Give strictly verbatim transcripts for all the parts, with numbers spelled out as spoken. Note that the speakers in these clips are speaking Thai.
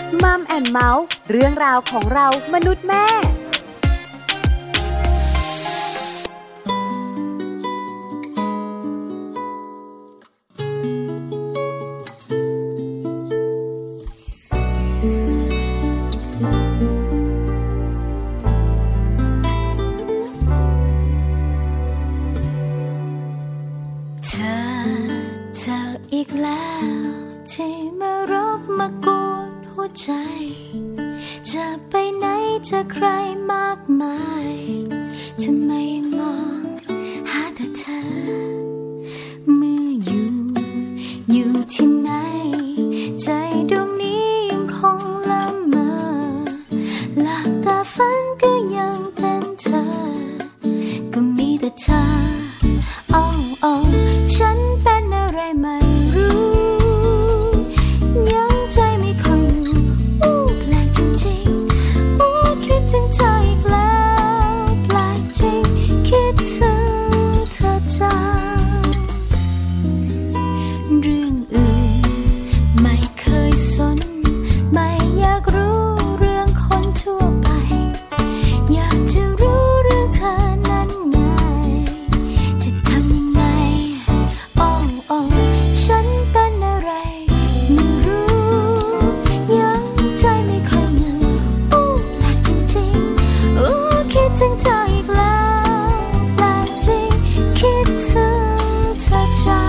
มัมแอนด์เมาส์เรื่องราวของเรามนุษย์แม่อีกแล้วที่มารบมากวนหัวใจจะไปไหนจะใครมากมายทำไมมองหาแต่เธอเมื่ออยู่อยู่ที่ไหนใจดวงนี้ยังคงละเมอหลับตาฝันก็ยังเป็นเธอก็มีแต่เธอโอ้โอ้ฉันเป็นอะไรไม่ยังใจไม่ค่อยอยู่อู้แปลกจริงๆอู้คิดถึงเธออีกแล้วแปลกจริงคิดถึงเธอจังเรื่องอื่นไม่เคยสนไม่อยากรู้เรื่องคนทั่วไปอยากจะรู้เรื่องเธอนั้นไงจะทำยังไงโอ้โอ้ฉันเป็นอะไรถึงเธออีกแล้วแปลกจริงคิดถึงเธอจั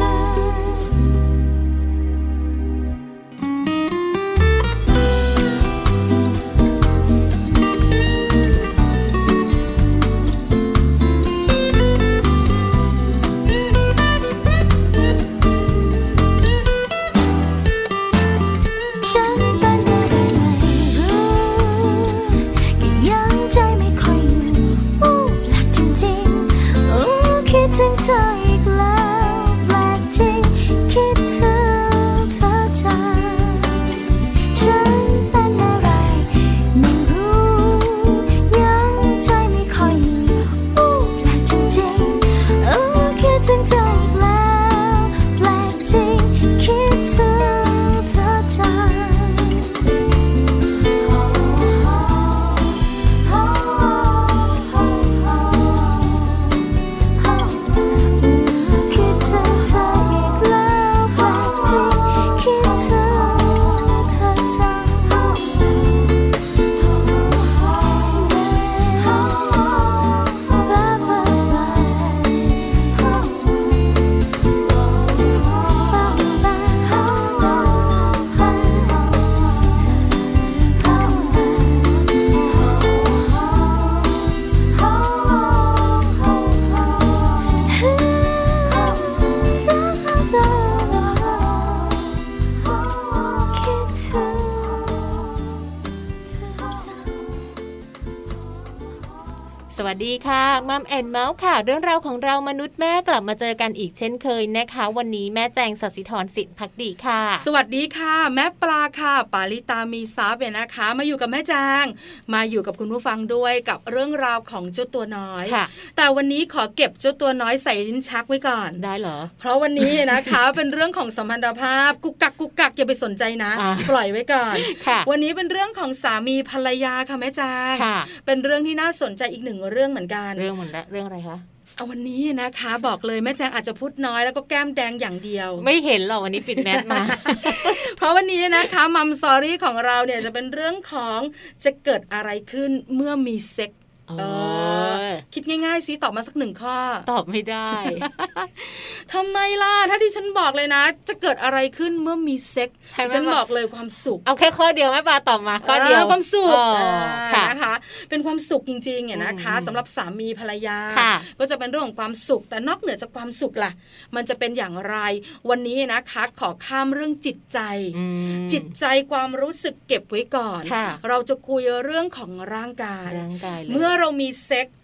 สวัสดีค่ะมัมแอนด์เมาส์ค่ะเรื่องราวของเรามนุษย์แม่กลับมาเจอกันอีกเช่นเคยนะคะวันนี้แม่แจงศศิธรสินภักดีค่ะสวัสดีค่ะแม่ปลาค่ะปาลิตามีซับเนี่ยนะคะมาอยู่กับแม่แจงมาอยู่กับคุณผู้ฟังด้วยกับเรื่องราวของเจ้าตัวน้อยแต่วันนี้ขอเก็บเจ้าตัวน้อยใส่ลิ้นชักไว้ก่อนได้เหรอเพราะวันนี้นะคะ เป็นเรื่องของสัมพันธภาพกุกกักกุกกักอย่าไปสนใจนะปล่อยไว้ก่อนวันนี้เป็นเรื่องของสามีภรรยาค่ะแม่แจงเป็นเรื่องที่น่าสนใจอีกหนึ่งเรื่องเหมือนกันเรื่องเหมือนเรื่องอะไรคะเอาวันนี้นะคะบอกเลยแม่แจงอาจจะพูดน้อยแล้วก็แก้มแดงอย่างเดียวไม่เห็นหรอกวันนี้ปิดแมสมาเพราะวันนี้นะคะมัมสอรี่ของเราเนี่ยจะเป็นเรื่องของจะเกิดอะไรขึ้นเมื่อมีเซ็กเออคิดง่ายๆสิตอบมาสักหนึ่งข้อตอบไม่ได้ทำไมล่ะถ้าดิฉันบอกเลยนะจะเกิดอะไรขึ้นเมื่อมีเซ็กดิฉันบอกเลยความสุขเอาแค่ข้อเดียวแม่ปลาตอบมาข้อเดียวความสุขนะคะเป็นความสุขจริงๆเนี่ยนะคะสำหรับสามีภรรยาก็จะเป็นเรื่องของความสุขแต่นอกเหนือจากความสุขล่ะมันจะเป็นอย่างไรวันนี้นะคะขอข้ามเรื่องจิตใจจิตใจความรู้สึกเก็บไว้ก่อนเราจะคุยเรื่องของร่างกายเมื่อเรามีเซ็ก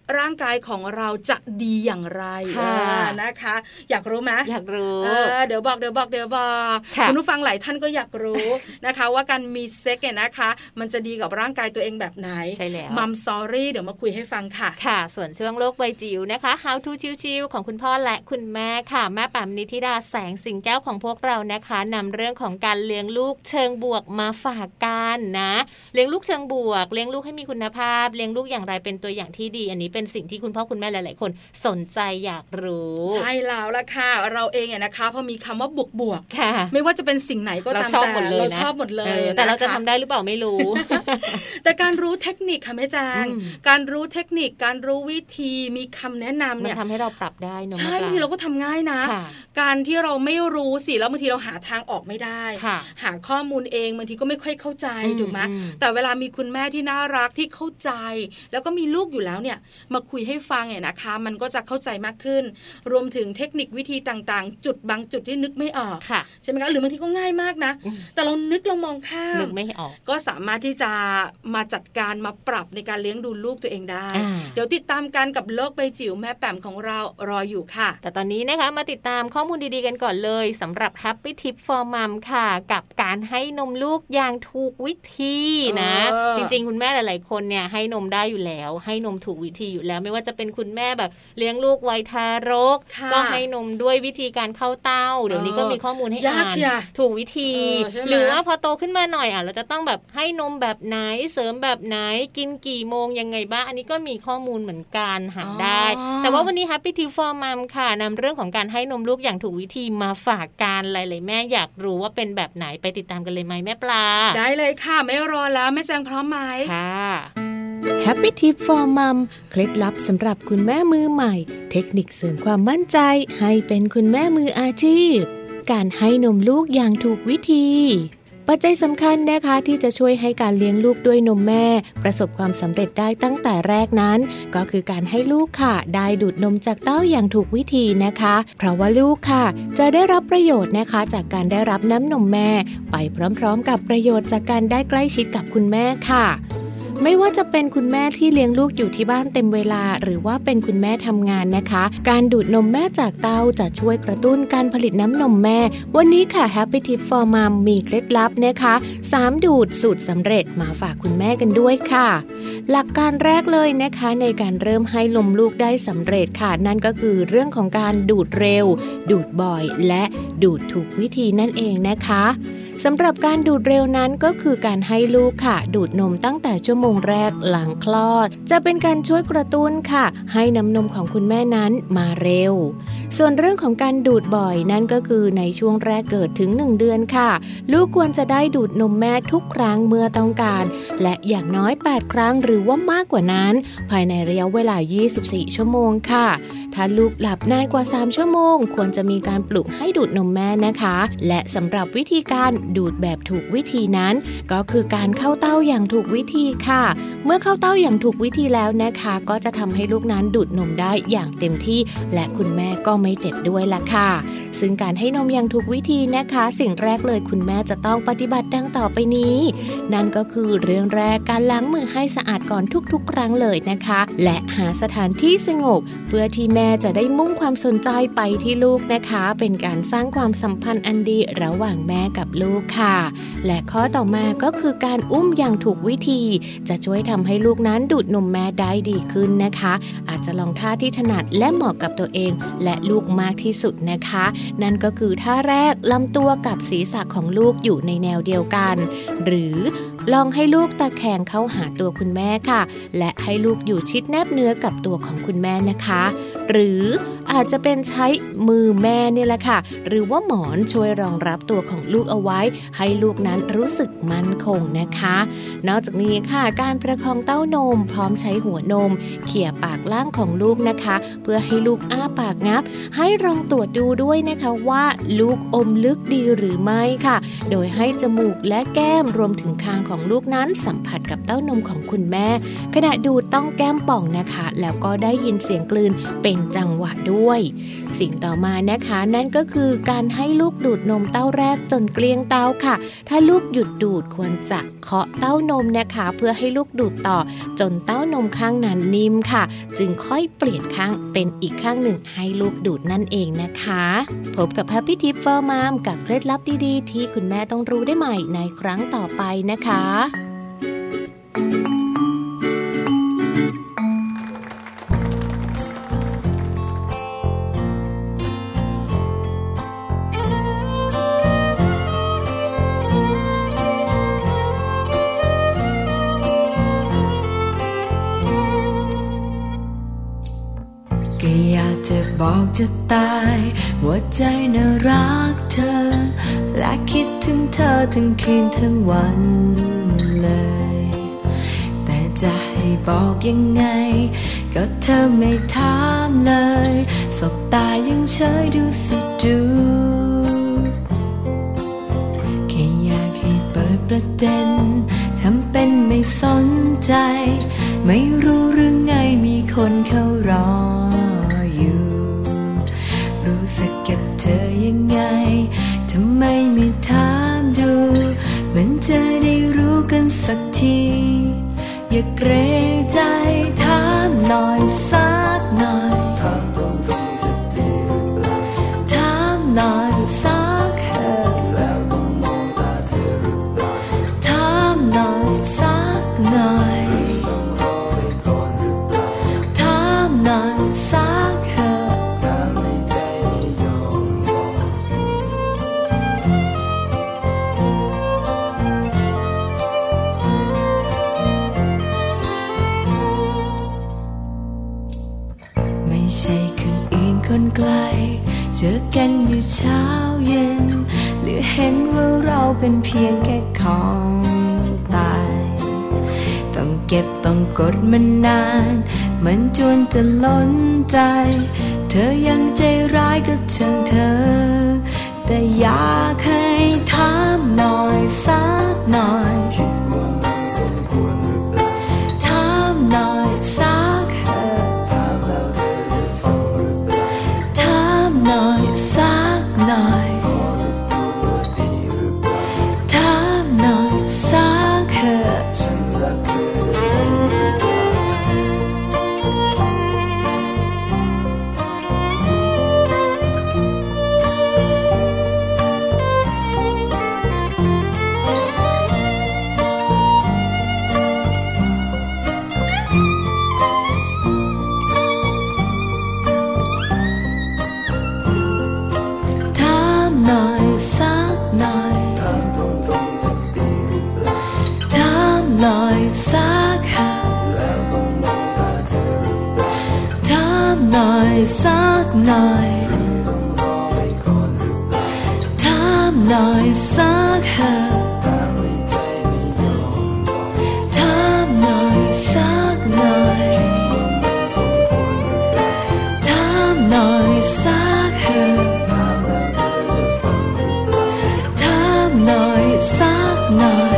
ร่างกายของเราจะดีอย่างไรนะคะอยากรู้ไหมอยากรู้เออเดี๋ยวบอกเดี๋ยวบอกเดี๋ยวบอกคุณผู้ฟังหลายท่านก็อยากรู้นะคะว่าการมีเซ็กเนี่ยนะคะมันจะดีกับร่างกายตัวเองแบบไหนใช่แล้วมัมซอรี่เดี๋ยวมาคุยให้ฟังค่ะค่ะส่วนช่วงโลกใบจิ๋วนะคะ How to ชิวๆของคุณพ่อและคุณแม่ค่ะแม่แป๋มนิธิดาแสงสิงแก้วของพวกเรานะคะนำเรื่องของการเลี้ยงลูกเชิงบวกมาฝากกันนะเลี้ยงลูกเชิงบวกเลี้ยงลูกให้มีคุณภาพเลี้ยงลูกอย่างไรเป็นตัวอย่างที่ดีอันนี้เป็นสิ่งที่คุณพ่อคุณแม่หลายๆคนสนใจอยากรู้ใช่แล้วล่ะค่ะเราเองเนี่ยนะคะพอมีคำว่าบวกบวกไม่ว่าจะเป็นสิ่งไหนก็ตามแต่เราชอบหมดเลยแต่เราจะทำได้หรือเปล่าไม่รู้แต่การรู้เทคนิคค่ะแม่จางการรู้เทคนิคการรู้วิธีมีคำแนะนำเนี่ยมันทำให้เราปรับได้เนอะใช่บางทีเราก็ทำง่ายนะการที่เราไม่รู้สิแล้วบางทีเราหาทางออกไม่ได้หาข้อมูลเองบางทีก็ไม่ค่อยเข้าใจถูกไหมแต่เวลามีคุณแม่ที่น่ารักที่เข้าใจแล้วก็มีลูกอยู่แล้วเนี่ยมาคุยให้ฟังเนี่ยนะคะมันก็จะเข้าใจมากขึ้นรวมถึงเทคนิควิธีต่างๆจุดบางจุดที่นึกไม่ออกใช่ไหมคะหรือบางทีก็ง่ายมากนะแต่เรานึกเรามองข้ามนึกไม่ออกก็สามารถที่จะมาจัดการมาปรับในการเลี้ยงดูลูกตัวเองได้เดี๋ยวติดตามกันกับโลกใบจิ๋วแม่แป๋มของเรารออยู่ค่ะแต่ตอนนี้นะคะมาติดตามข้อมูลดีๆกันก่อนเลยสำหรับ Happy Tip for Mom ค่ะกับการให้นมลูกอย่างถูกวิธีนะจริงๆคุณแม่หลายๆคนเนี่ยให้นมได้อยู่แล้วให้นมถูกวิธีอยู่แล้วไม่ว่าจะเป็นคุณแม่แบบเลี้ยงลูกวัยทารกก็ให้นมด้วยวิธีการเข้าเต้าเดี๋ยวนี้ก็มีข้อมูลให้อ่านถูกวิธีหรือว่าพอโตขึ้นมาหน่อยอ่ะเราจะต้องแบบให้นมแบบไหนเสริมแบบไหนกินกี่โมงยังไงบ้างอันนี้ก็มีข้อมูลเหมือนกันหาได้แต่ว่าวันนี้ Happy Tip for Mom ค่ะนำเรื่องของการให้นมลูกอย่างถูกวิธีมาฝากกันหลายๆแม่อยากรู้ว่าเป็นแบบไหนไปติดตามกันเลยไหมแม่ปลาได้เลยค่ะไม่รอแล้วแม่แจงพร้อมไหมค่ะ Happy Tip for Mom เคล็ดลับสำหรับคุณแม่มือใหม่เทคนิคเสริมความมั่นใจให้เป็นคุณแม่มืออาชีพการให้นมลูกอย่างถูกวิธีปัจจัยสำคัญนะคะที่จะช่วยให้การเลี้ยงลูกด้วยนมแม่ประสบความสำเร็จได้ตั้งแต่แรกนั้นก็คือการให้ลูกค่ะได้ดูดนมจากเต้าอย่างถูกวิธีนะคะเพราะว่าลูกค่ะจะได้รับประโยชน์นะคะจากการได้รับน้ำนมแม่ไปพร้อมๆกับประโยชน์จากการได้ใกล้ชิดกับคุณแม่ค่ะไม่ว่าจะเป็นคุณแม่ที่เลี้ยงลูกอยู่ที่บ้านเต็มเวลาหรือว่าเป็นคุณแม่ทำงานนะคะการดูดนมแม่จากเต้าจะช่วยกระตุ้นการผลิตน้ำนมแม่วันนี้ค่ะ Happy Tip for Mom มีเคล็ดลับนะคะสามดูดสูตรสำเร็จมาฝากคุณแม่กันด้วยค่ะหลักการแรกเลยนะคะในการเริ่มให้นมลูกได้สำเร็จค่ะนั่นก็คือเรื่องของการดูดเร็วดูดบ่อยและดูดถูกวิธีนั่นเองนะคะสำหรับการดูดเร็วนั้นก็คือการให้ลูกค่ะดูดนมตั้งแต่ชั่วโมงแรกหลังคลอดจะเป็นการช่วยกระตุ้นค่ะให้น้ำนมของคุณแม่นั้นมาเร็วส่วนเรื่องของการดูดบ่อยนั่นก็คือในช่วงแรกเกิดถึงหนึ่งเดือนค่ะลูกควรจะได้ดูดนมแม่ทุกครั้งเมื่อต้องการและอย่างน้อยแปดครั้งหรือว่ามากกว่านั้นภายในระยะเวลายี่สิบสี่ชั่วโมงค่ะถ้าลูกหลับนานกว่าสามชั่วโมงควรจะมีการปลุกให้ดูดนมแม่นะคะและสำหรับวิธีการดูดแบบถูกวิธีนั้นก็คือการเข้าเต้าอย่างถูกวิธีค่ะเมื่อเข้าเต้าอย่างถูกวิธีแล้วนะคะก็จะทำให้ลูกนั้นดูดนมได้อย่างเต็มที่และคุณแม่ก็ไม่เจ็บด้วยล่ะค่ะซึ่งการให้นมอย่างถูกวิธีนะคะสิ่งแรกเลยคุณแม่จะต้องปฏิบัติดังต่อไปนี้นั่นก็คือเรื่องแรกการล้างมือให้สะอาดก่อนทุกๆครั้งเลยนะคะและหาสถานที่สงบเพื่อที่แม่จะได้มุ่งความสนใจไปที่ลูกนะคะเป็นการสร้างความสัมพันธ์อันดีระหว่างแม่กับลูกค่ะและข้อต่อมาก็คือการอุ้มอย่างถูกวิธีจะช่วยทำให้ลูกนั้นดูดนมแม่ได้ดีขึ้นนะคะอาจจะลองท่าที่ถนัดและเหมาะกับตัวเองและลูกมากที่สุดนะคะนั่นก็คือท่าแรกลำตัวกับศีรษะของลูกอยู่ในแนวเดียวกันหรือลองให้ลูกตะแคงเข้าหาตัวคุณแม่ค่ะและให้ลูกอยู่ชิดแนบเนื้อกับตัวของคุณแม่นะคะหรืออาจจะเป็นใช้มือแม่นี่แหละค่ะหรือว่าหมอนช่วยรองรับตัวของลูกเอาไว้ให้ลูกนั้นรู้สึกมั่นคงนะคะนอกจากนี้ค่ะการประคองเต้านมพร้อมใช้หัวนมเขี่ยปากล่างของลูกนะคะเพื่อให้ลูกอ้าปากงับให้ลองตรวจดูด้วยนะคะว่าลูกอมลึกดีหรือไม่ค่ะโดยให้จมูกและแก้มรวมถึงคางของลูกนั้นสัมผัสกับเต้านมของคุณแม่ขณะดูดต้องแก้มป่องนะคะแล้วก็ได้ยินเสียงกลืนเป็นจังหวะด้วยด้วยสิ่งต่อมานะคะนั่นก็คือการให้ลูกดูดนมเต้าแรกจนเกลี้ยงเต้าค่ะถ้าลูกหยุดดูดควรจะเคาะเต้านมนะคะเพื่อให้ลูกดูดต่อจนเต้านมข้างนั้นนิ่มค่ะจึงค่อยเปลี่ยนข้างเป็นอีกข้างหนึ่งให้ลูกดูดนั่นเองนะคะพบกับ Happy Tip for Mom กับเคล็ดลับดีๆที่คุณแม่ต้องรู้ได้ใหม่ในครั้งต่อไปนะคะจะบอกจะตายว่าใจน่ารักเธอและคิดถึงเธอทั้งคืนทั้งวันเลยแต่จะให้บอกยังไงก็เธอไม่ถามเลยสบตายังเฉยดูสิดูแค่อยากให้เปิดประเด็นทำเป็นไม่สนใจไม่รู้หรือไงมีคนเขารอรู้สึกกับเธอยังไงทำไมไม่ถามดูมันจะได้รู้กันสักทีอย่าเกรงใจถามหน่อยสักหน่อยถามตรงๆจะดีหรือเปล่าถามหน่อยสักเถอะแล้วต้องมองตาเธอหรือเปล่าถามหน่อยสักหน่อยต้องรอไปก่อนหรือเปล่าถามหน่อยสักเถอะไม่ใช่คนอื่นคนไกลเจอกันอยู่เช้าเย็นหรือเห็นว่าเราเป็นเพียงแค่ของตายต้องเก็บต้องกดมันนานมันจนจะล้นใจเธอยังใจร้ายก็ช่างเธอแต่อยากให้ถามหน่อยสักหน่อยคิดว่ามันสมควรหรือเปล่าถามหน่อยสักเถอะถามแล้วเธอจะฟังหรือเปล่าถามหน่อยสักหน่อยขอรู้ตัวว่าดีหรือเปล่าถามหน่อยสักเถอะฉันรักเธอได้หรือเปล่าหน่อยสักหาแล้วต้องมองตาเธอหรือเปล่าถามหน่อยสักหน่อยต้องรอไปก่อนหรือเปล่าถามหน่อยสักหาถามในใจไม่ยอมบอกถามหน่อยสักหน่อยสมควรหรือเปล่าถามหน่อยสักหาถามแล้วเธอจะฟังหรือเปล่าถามหน่อยสักหน่อย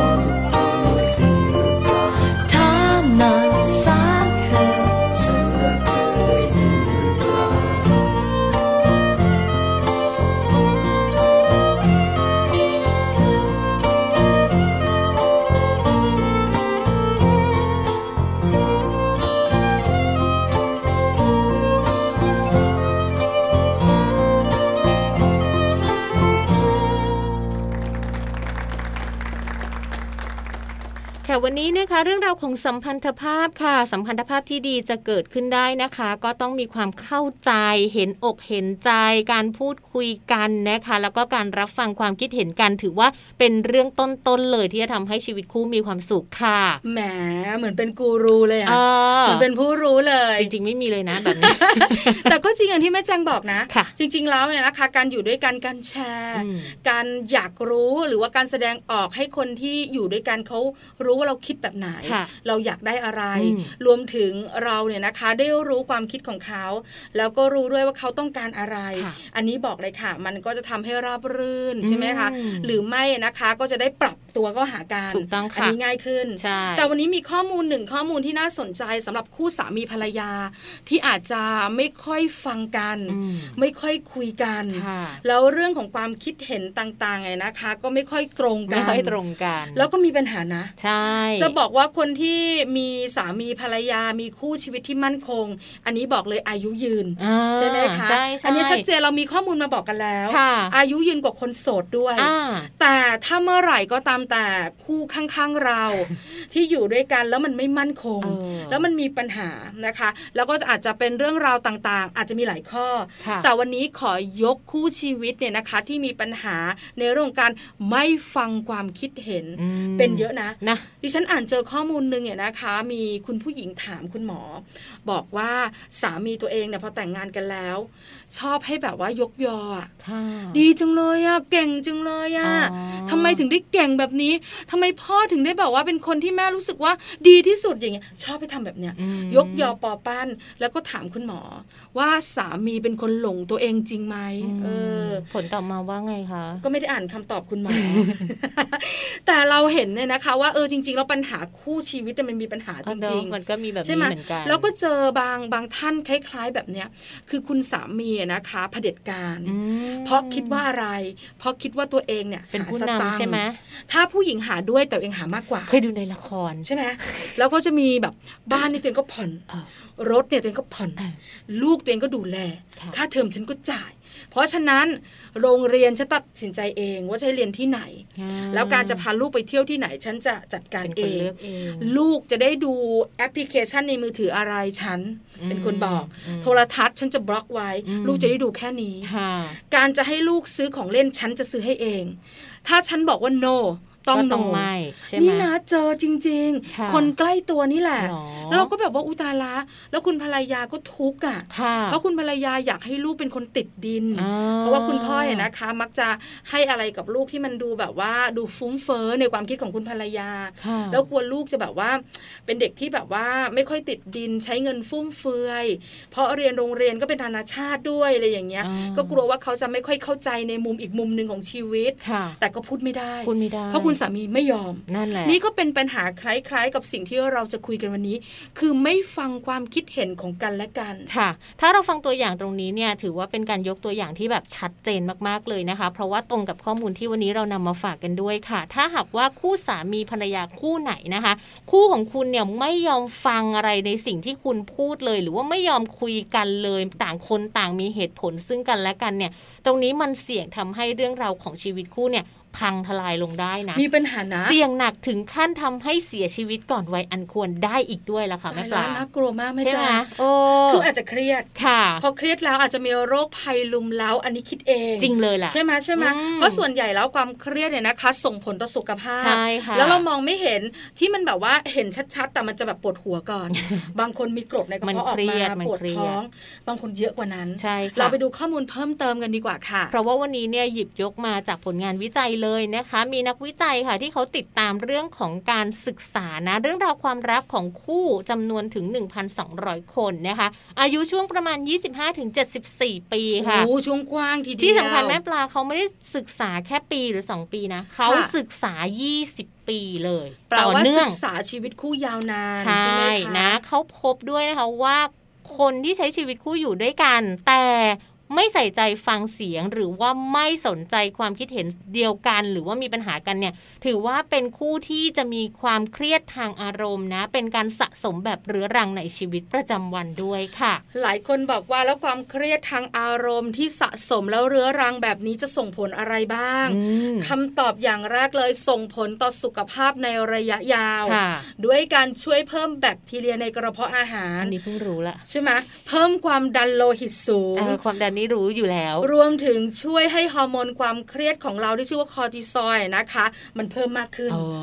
วันนี้นะคะเรื่องราวของสัมพันธภาพค่ะสัมพันธภาพที่ดีจะเกิดขึ้นได้นะคะก็ต้องมีความเข้าใจเห็นอกเห็นใจการพูดคุยกันนะคะแล้วก็การรับฟังความคิดเห็นกันถือว่าเป็นเรื่องต้นๆเลยที่จะทำให้ชีวิตคู่มีความสุขค่ะแหมเหมือนเป็นกูรูเลยอ่ะเหมือนเป็นผู้รู้เลยจริงๆไม่มีเลยนะแบบนี้แต่ก็จริงอย่างที่แม่แจงบอกนะจริงๆแล้วเนี่ยนะคะการอยู่ด้วยกันการแชร์การอยากรู้หรือว่าการแสดงออกให้คนที่อยู่ด้วยกันเขารู้ว่าเราคิดแบบไหนเราอยากได้อะไรรวมถึงเราเนี่ยนะคะได้รู้ความคิดของเขาแล้วก็รู้ด้วยว่าเขาต้องการอะไรอันนี้บอกเลยค่ะมันก็จะทำให้ราบรื่นใช่ไหมคะหรือไม่นะคะก็จะได้ปรับตัวก็หากันถูกต้องค่ะอันนี้ง่ายขึ้นแต่วันนี้มีข้อมูลหนึ่งข้อมูลที่น่าสนใจสำหรับคู่สามีภรรยาที่อาจจะไม่ค่อยฟังกันไม่ค่อยคุยกันแล้วเรื่องของความคิดเห็นต่างๆไงนะคะก็ไม่ค่อยตรงกันไม่ค่อยตรงกันแล้วก็มีปัญหานะใช่จะบอกว่าคนที่มีสามีภรรยามีคู่ชีวิตที่มั่นคงอันนี้บอกเลยอายุยืนใช่ไหมคะอันนี้ชัดเจนเรามีข้อมูลมาบอกกันแล้วอายุยืนกว่าคนโสดด้วยแต่ถ้าเมื่อไหร่ก็ตามแต่คู่ข้างๆเราที่อยู่ด้วยกันแล้วมันไม่มั่นคงแล้วมันมีปัญหานะคะแล้วก็อาจจะเป็นเรื่องราวต่างๆอาจจะมีหลายข้อแต่วันนี้ขอยกคู่ชีวิตเนี่ยนะคะที่มีปัญหาในเรื่องการไม่ฟังความคิดเห็นเป็นเยอะนะนะดิฉันอ่านเจอข้อมูลนึงเนี่ยนะคะมีคุณผู้หญิงถามคุณหมอบอกว่าสามีตัวเองเนี่ยพอแต่งงานกันแล้วชอบให้แบบว่ายกยออ่ะดีจังเลยอ่ะเก่งจังเลยอ่ะทำไมถึงได้เก่งแบบนี้ทำไมพ่อถึงได้แบบว่าเป็นคนที่แม่รู้สึกว่าดีที่สุดอย่างเงี้ยชอบไปทำแบบเนี้ยยกยอปอปั้นแล้วก็ถามคุณหมอว่าสามีเป็นคนหลงตัวเองจริงไหมเออผลตอบมาว่าไงคะก็ไม่ได้อ่านคำตอบคุณหมอ แต่เราเห็นเนี่ยนะคะว่าเออจริงๆแล้วปัญหาคู่ชีวิตมันมีปัญหาจริงๆมันก็มีแบบนี้เหมือนกันแล้วก็เจอบางบางท่านคล้ายๆแบบเนี้ยคือคุณสามีนะคะเผด็จการเพราะคิดว่าอะไรเพราะคิดว่าตัวเองเนี่ยเป็นผู้นำใช่ไหมถ้าผู้หญิงหาด้วยแต่เองหามากกว่าเคยดูในละครใช่ไหมแล้วก็จะมีแบบบ้านนี่ตัวเองก็ผ่อนรถเนี่ยตัวเองก็ผ่อนลูกตัวเองก็ดูแลค่าเทอมฉันก็จ่ายเพราะฉะนั้นโรงเรียนฉันตัดสินใจเองว่าจะให้เรียนที่ไหนแล้วการจะพาลูกไปเที่ยวที่ไหนฉันจะจัดการเองลูกจะได้ดูแอปพลิเคชันในมือถืออะไรฉันเป็นคนบอกโทรทัศน์ฉันจะบล็อกไว้ลูกจะได้ดูแค่นี้การจะให้ลูกซื้อของเล่นฉันจะซื้อให้เองถ้าฉันบอกว่า noต้องโนไม่ใช่ไหมนี่นะเจอจริงๆคนใกล้ตัวนี่แหละแล้วเราก็แบบว่าอุตาละแล้วคุณภรรยาก็ทุกข์อ่ะเพราะคุณภรรยาอยากให้ลูกเป็นคนติดดินเพราะว่าคุณพ่อเนี่ยนะคะมักจะให้อะไรกับลูกที่มันดูแบบว่าดูฟุ้งเฟ้อในความคิดของคุณภรรยาแล้วกลัวลูกจะแบบว่าเป็นเด็กที่แบบว่าไม่ค่อยติดดินใช้เงินฟุ่มเฟือยเพราะเรียนโรงเรียนก็เป็นนานาชาติด้วยอะไรอย่างเงี้ยก็กลัวว่าเขาจะไม่ค่อยเข้าใจในมุมอีกมุมนึงของชีวิตแต่ก็พูดไม่ได้พูดไม่ได้เพราะคุณสามีไม่ยอมนั่นแหละนี่ก็เป็นปัญหาคล้ายๆกับสิ่งที่เราจะคุยกันวันนี้คือไม่ฟังความคิดเห็นของกันและกันค่ะถ้าเราฟังตัวอย่างตรงนี้เนี่ยถือว่าเป็นการยกตัวอย่างที่แบบชัดเจนมากๆเลยนะคะเพราะว่าตรงกับข้อมูลที่วันนี้เรานำมาฝากกันด้วยค่ะถ้าหากว่าคู่สามีภรรยาคู่ไหนนะคะคู่ของคุณเนี่ยไม่ยอมฟังอะไรในสิ่งที่คุณพูดเลยหรือว่าไม่ยอมคุยกันเลยต่างคนต่างมีเหตุผลซึ่งกันและกันเนี่ยตรงนี้มันเสี่ยงทำให้เรื่องราวของชีวิตคู่เนี่ยพังทลายลงได้นะมีปัญหานะเสี่ยงหนักถึงขั้นทำให้เสียชีวิตก่อนวัยอันควรได้อีกด้วยล่ะค่ะแม่ปลาน่ากลัวมากแม่จ๋าคืออาจจะเครียดค่ะพอเครียดแล้วอาจจะมีโรคภัยลุมเล้าอันนี้คิดเองจริงเลยล่ะใช่ไหมใช่ไหมเพราะส่วนใหญ่แล้วความเครียดเนี่ยนะคะส่งผลต่อสุขภาพใช่ค่ะแล้วเรามองไม่เห็นที่มันแบบว่าเห็นชัดๆแต่มันจะแบบปวดหัวก่อน บางคนมีกรดในกระเพาะออกมาปวดท้องบางคนเยอะกว่านั้นเราไปดูข้อมูลเพิ่มเติมกันดีกว่าค่ะเพราะว่าวันนี้เนี่ยหยิบยกมาจากผลงานวิจัยเลยนะคะมีนักวิจัยค่ะที่เขาติดตามเรื่องของการศึกษานะเรื่องราวความรักของคู่จำนวนถึง หนึ่งพันสองร้อย คนนะคะอายุช่วงประมาณ ยี่สิบห้าถึงเจ็ดสิบสี่ ปีค่ะโอ้ช่วงกว้างทีเดียวที่สำคัญแม่ปลาเขาไม่ได้ศึกษาแค่ปีหรือสองปีนะเขาศึกษายี่สิบปีเลยต่อเนื่องศึกษาชีวิตคู่ยาวนานใช่ไหมคะนะเขาพบด้วยนะคะว่าคนที่ใช้ชีวิตคู่อยู่ด้วยกันแต่ไม่ใส่ใจฟังเสียงหรือว่าไม่สนใจความคิดเห็นเดียวกันหรือว่ามีปัญหากันเนี่ยถือว่าเป็นคู่ที่จะมีความเครียดทางอารมณ์นะเป็นการสะสมแบบเรื้อรังในชีวิตประจำวันด้วยค่ะหลายคนบอกว่าแล้วความเครียดทางอารมณ์ที่สะสมแล้วเรื้อรังแบบนี้จะส่งผลอะไรบ้างคำตอบอย่างแรกเลยส่งผลต่อสุขภาพในระยะยาวด้วยการช่วยเพิ่มแบคทีเรียในกระเพาะอาหารอันนี้เพิ่งรู้ละใช่ไหมเพิ่มความดันโลหิตสูงความดันนี่รู้อยู่แล้วรวมถึงช่วยให้ฮอร์โมนความเครียดของเราที่ชื่อว่าคอร์ติซอลนะคะมันเพิ่มมากขึ้น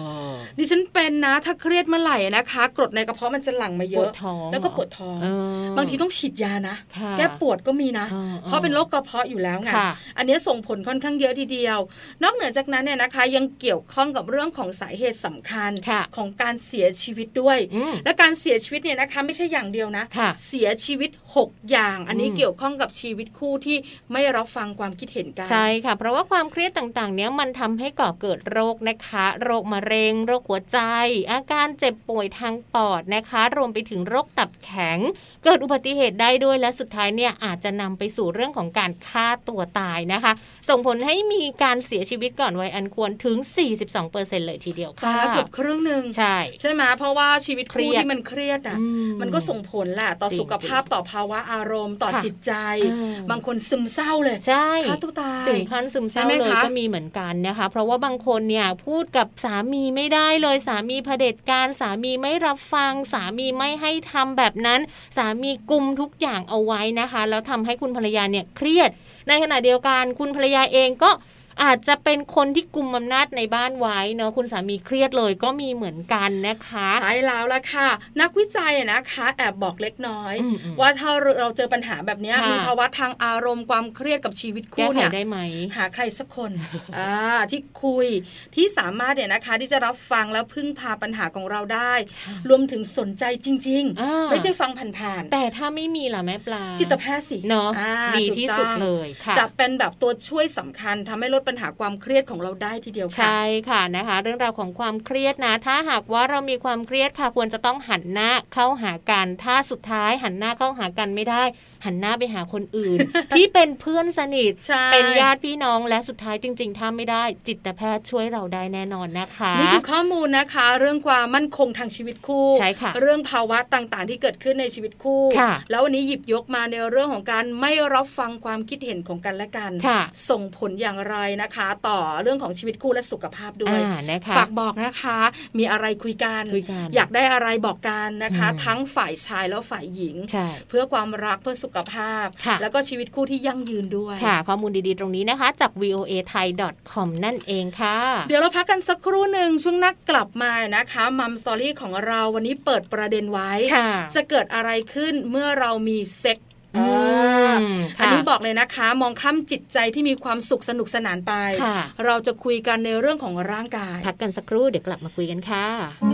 ดิฉันเป็นนะถ้าเครียดเมื่อไหร่นะคะกรดในกระเพาะมันจะหลั่งมาเยอะแล้วก็ปวดท้องบางทีต้องฉีดยานะแก้ปวดก็มีนะเพราะเป็นโรคกระเพาะอยู่แล้วไงอันนี้ส่งผลค่อนข้างเยอะทีเดียวนอกเหนือจากนั้นเนี่ยนะคะยังเกี่ยวข้องกับเรื่องของสาเหตุสำคัญของการเสียชีวิตด้วยและการเสียชีวิตเนี่ยนะคะไม่ใช่อย่างเดียวนะเสียชีวิตหกอย่างอันนี้เกี่ยวข้องกับชีวิตคู่ที่ไม่รับฟังความคิดเห็นกันใช่ค่ะเพราะว่าความเครียดต่างๆเนี้ยมันทำให้ก่อเกิดโรคนะคะโรคมะเร็งโรคหัวใจอาการเจ็บป่วยทางปอดนะคะรวมไปถึงโรคตับแข็งเกิดอุบัติเหตุได้ด้วยและสุดท้ายเนี่ยอาจจะนำไปสู่เรื่องของการฆ่าตัวตายนะคะส่งผลให้มีการเสียชีวิตก่อนวัยอันควรถึง สี่สิบสองเปอร์เซ็นต์ เลยทีเดียวค่ะแล้วเกือบครึ่งนึงใช่ใช่ไหมเพราะว่าชีวิตคู่ที่มันเครียดอ่ะมันก็ส่งผลแหละต่อสุขภาพต่อภาวะอารมณ์ต่อจิตใจบางคนซึมเศร้าเลยใช่ฆ่าตัวตายถึงขั้นซึมเศร้าเลยก็มีเหมือนกันนะคะเพราะว่าบางคนเนี่ยพูดกับสามีไม่ได้เลยสามีเผด็จการสามีไม่รับฟังสามีไม่ให้ทำแบบนั้นสามีกุมทุกอย่างเอาไว้นะคะแล้วทำให้คุณภรรยาเนี่ยเครียดในขณะเดียวกันคุณภรรยาเองก็อาจจะเป็นคนที่กุมอำนาจในบ้านไว้เนาะคุณสามีเครียดเลยก็มีเหมือนกันนะคะใช่แล้วล่ะค่ะนักวิจัยนะคะแอบบอกเล็กน้อยว่าถ้าเราเจอปัญหาแบบนี้มีภาวะทางอารมณ์ความเครียดกับชีวิตคู่เนี่ยได้ไหมหาใครสักคนอ่าที่คุยที่สามารถเนี่ยนะคะที่จะรับฟังแล้วพึ่งพาปัญหาของเราได้รวมถึงสนใจจริงๆไม่ใช่ฟังผ่านๆแต่ถ้าไม่มีล่ะแม่ปลาจิตแพทย์สิเนาะดีที่สุดเลยค่ะจะเป็นแบบตัวช่วยสำคัญทำให้ลดปัญหาความเครียดของเราได้ทีเดียวค่ะใช่ค่ะนะคะเรื่องราวของความเครียดนะถ้าหากว่าเรามีความเครียดค่ะควรจะต้องหันหน้าเข้าหากันถ้าสุดท้ายหันหน้าเข้าหากันไม่ได้หันหน้าไปหาคนอื่น ที่เป็นเพื่อนสนิทเป็นญาติพี่น้องและสุดท้ายจริงๆถ้าไม่ได้จิตแพทย์ช่วยเราได้แน่นอนนะคะนี่คือข้อมูลนะคะเรื่องความมั่นคงทางชีวิตคู่ใช่ค่ะเรื่องภาวะต่างๆที่เกิดขึ้นในชีวิตคู่แล้ววันนี้หยิบยกมาในเรื่องของการไม่รับฟังความคิดเห็นของกันและกันส่งผลอย่างไรนะคะต่อเรื่องของชีวิตคู่และสุขภาพด้วยฝากบอกนะคะมีอะไรคุยกันอยากได้อะไรบอกกันนะคะทั้งฝ่ายชายแล้วฝ่ายหญิงเพื่อความรักเพื่อสุขภาพแล้วก็ชีวิตคู่ที่ยั่งยืนด้วยค่ะข้อมูลดีๆตรงนี้นะคะจาก วี โอ เอ ไทย ดอท คอม นั่นเองค่ะเดี๋ยวเราพักกันสักครู่หนึ่งช่วงนักกลับมานะคะมัมสตอรี่ของเราวันนี้เปิดประเด็นไว้จะเกิดอะไรขึ้นเมื่อเรามีเซ็กอันนี้บอกเลยนะคะมองข้ามจิตใจที่มีความสุขสนุกสนานไปเราจะคุยกันในเรื่องของร่างกายพักกันสักครู่เดี๋ยวกลับมาคุยกันค่ะ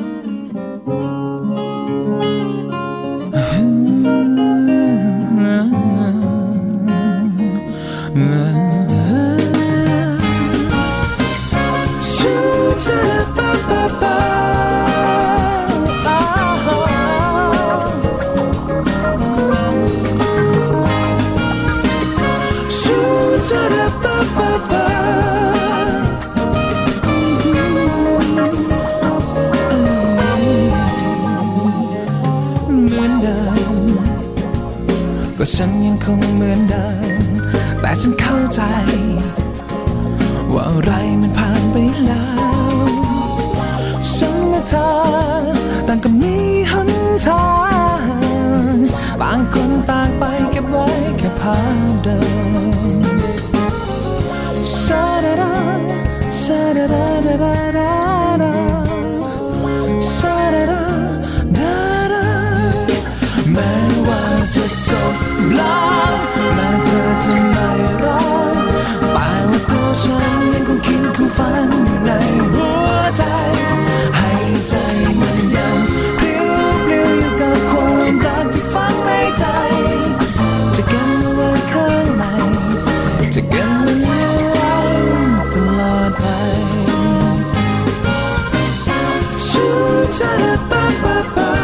ก็ฉันยังคงเหมือนเดิมแต่ฉันเข้าใจว่าอะไรมันผ่านไปแล้วฉันและเธอต่างก็มีหนทางต่างคนต่างไปเก็บไว้แค่ภาพเดิมซาดาดาซาดาดาดาดาดาซาดาดาดาดาแม้ว่าจะจบแล้วแม้เธอจะไม่รักแต่ว่าตัวฉันยังคงคิดคงฝันอยู่ในหัวใจให้ใจมันยังเพลียวเพลียวอยู่กับความรักที่ฝังในใจจะเก็บมันไว้ข้างในจะเก็บมันไว้ตลอดไปชูชาดาปาปาปา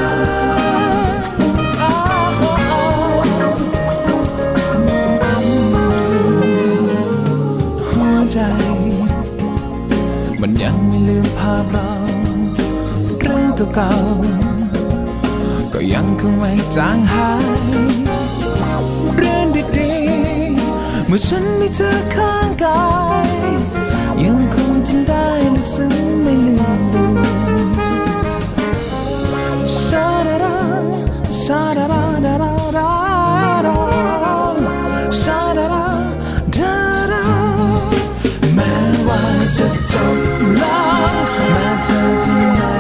มันยังไม่ลืมภาพเราเรื่องเก่าๆก็ยังคงไม่จางหายเรื่องดีๆเมื่อฉันมีเธอข้างกายยังคงจำได้ลึกซึ้งไม่ลืมเลือนซาดาดาซาดาดาดาดาดาซาดาดาดาดาแม้ว่าจะจบแล้วแม้เธอจะไม่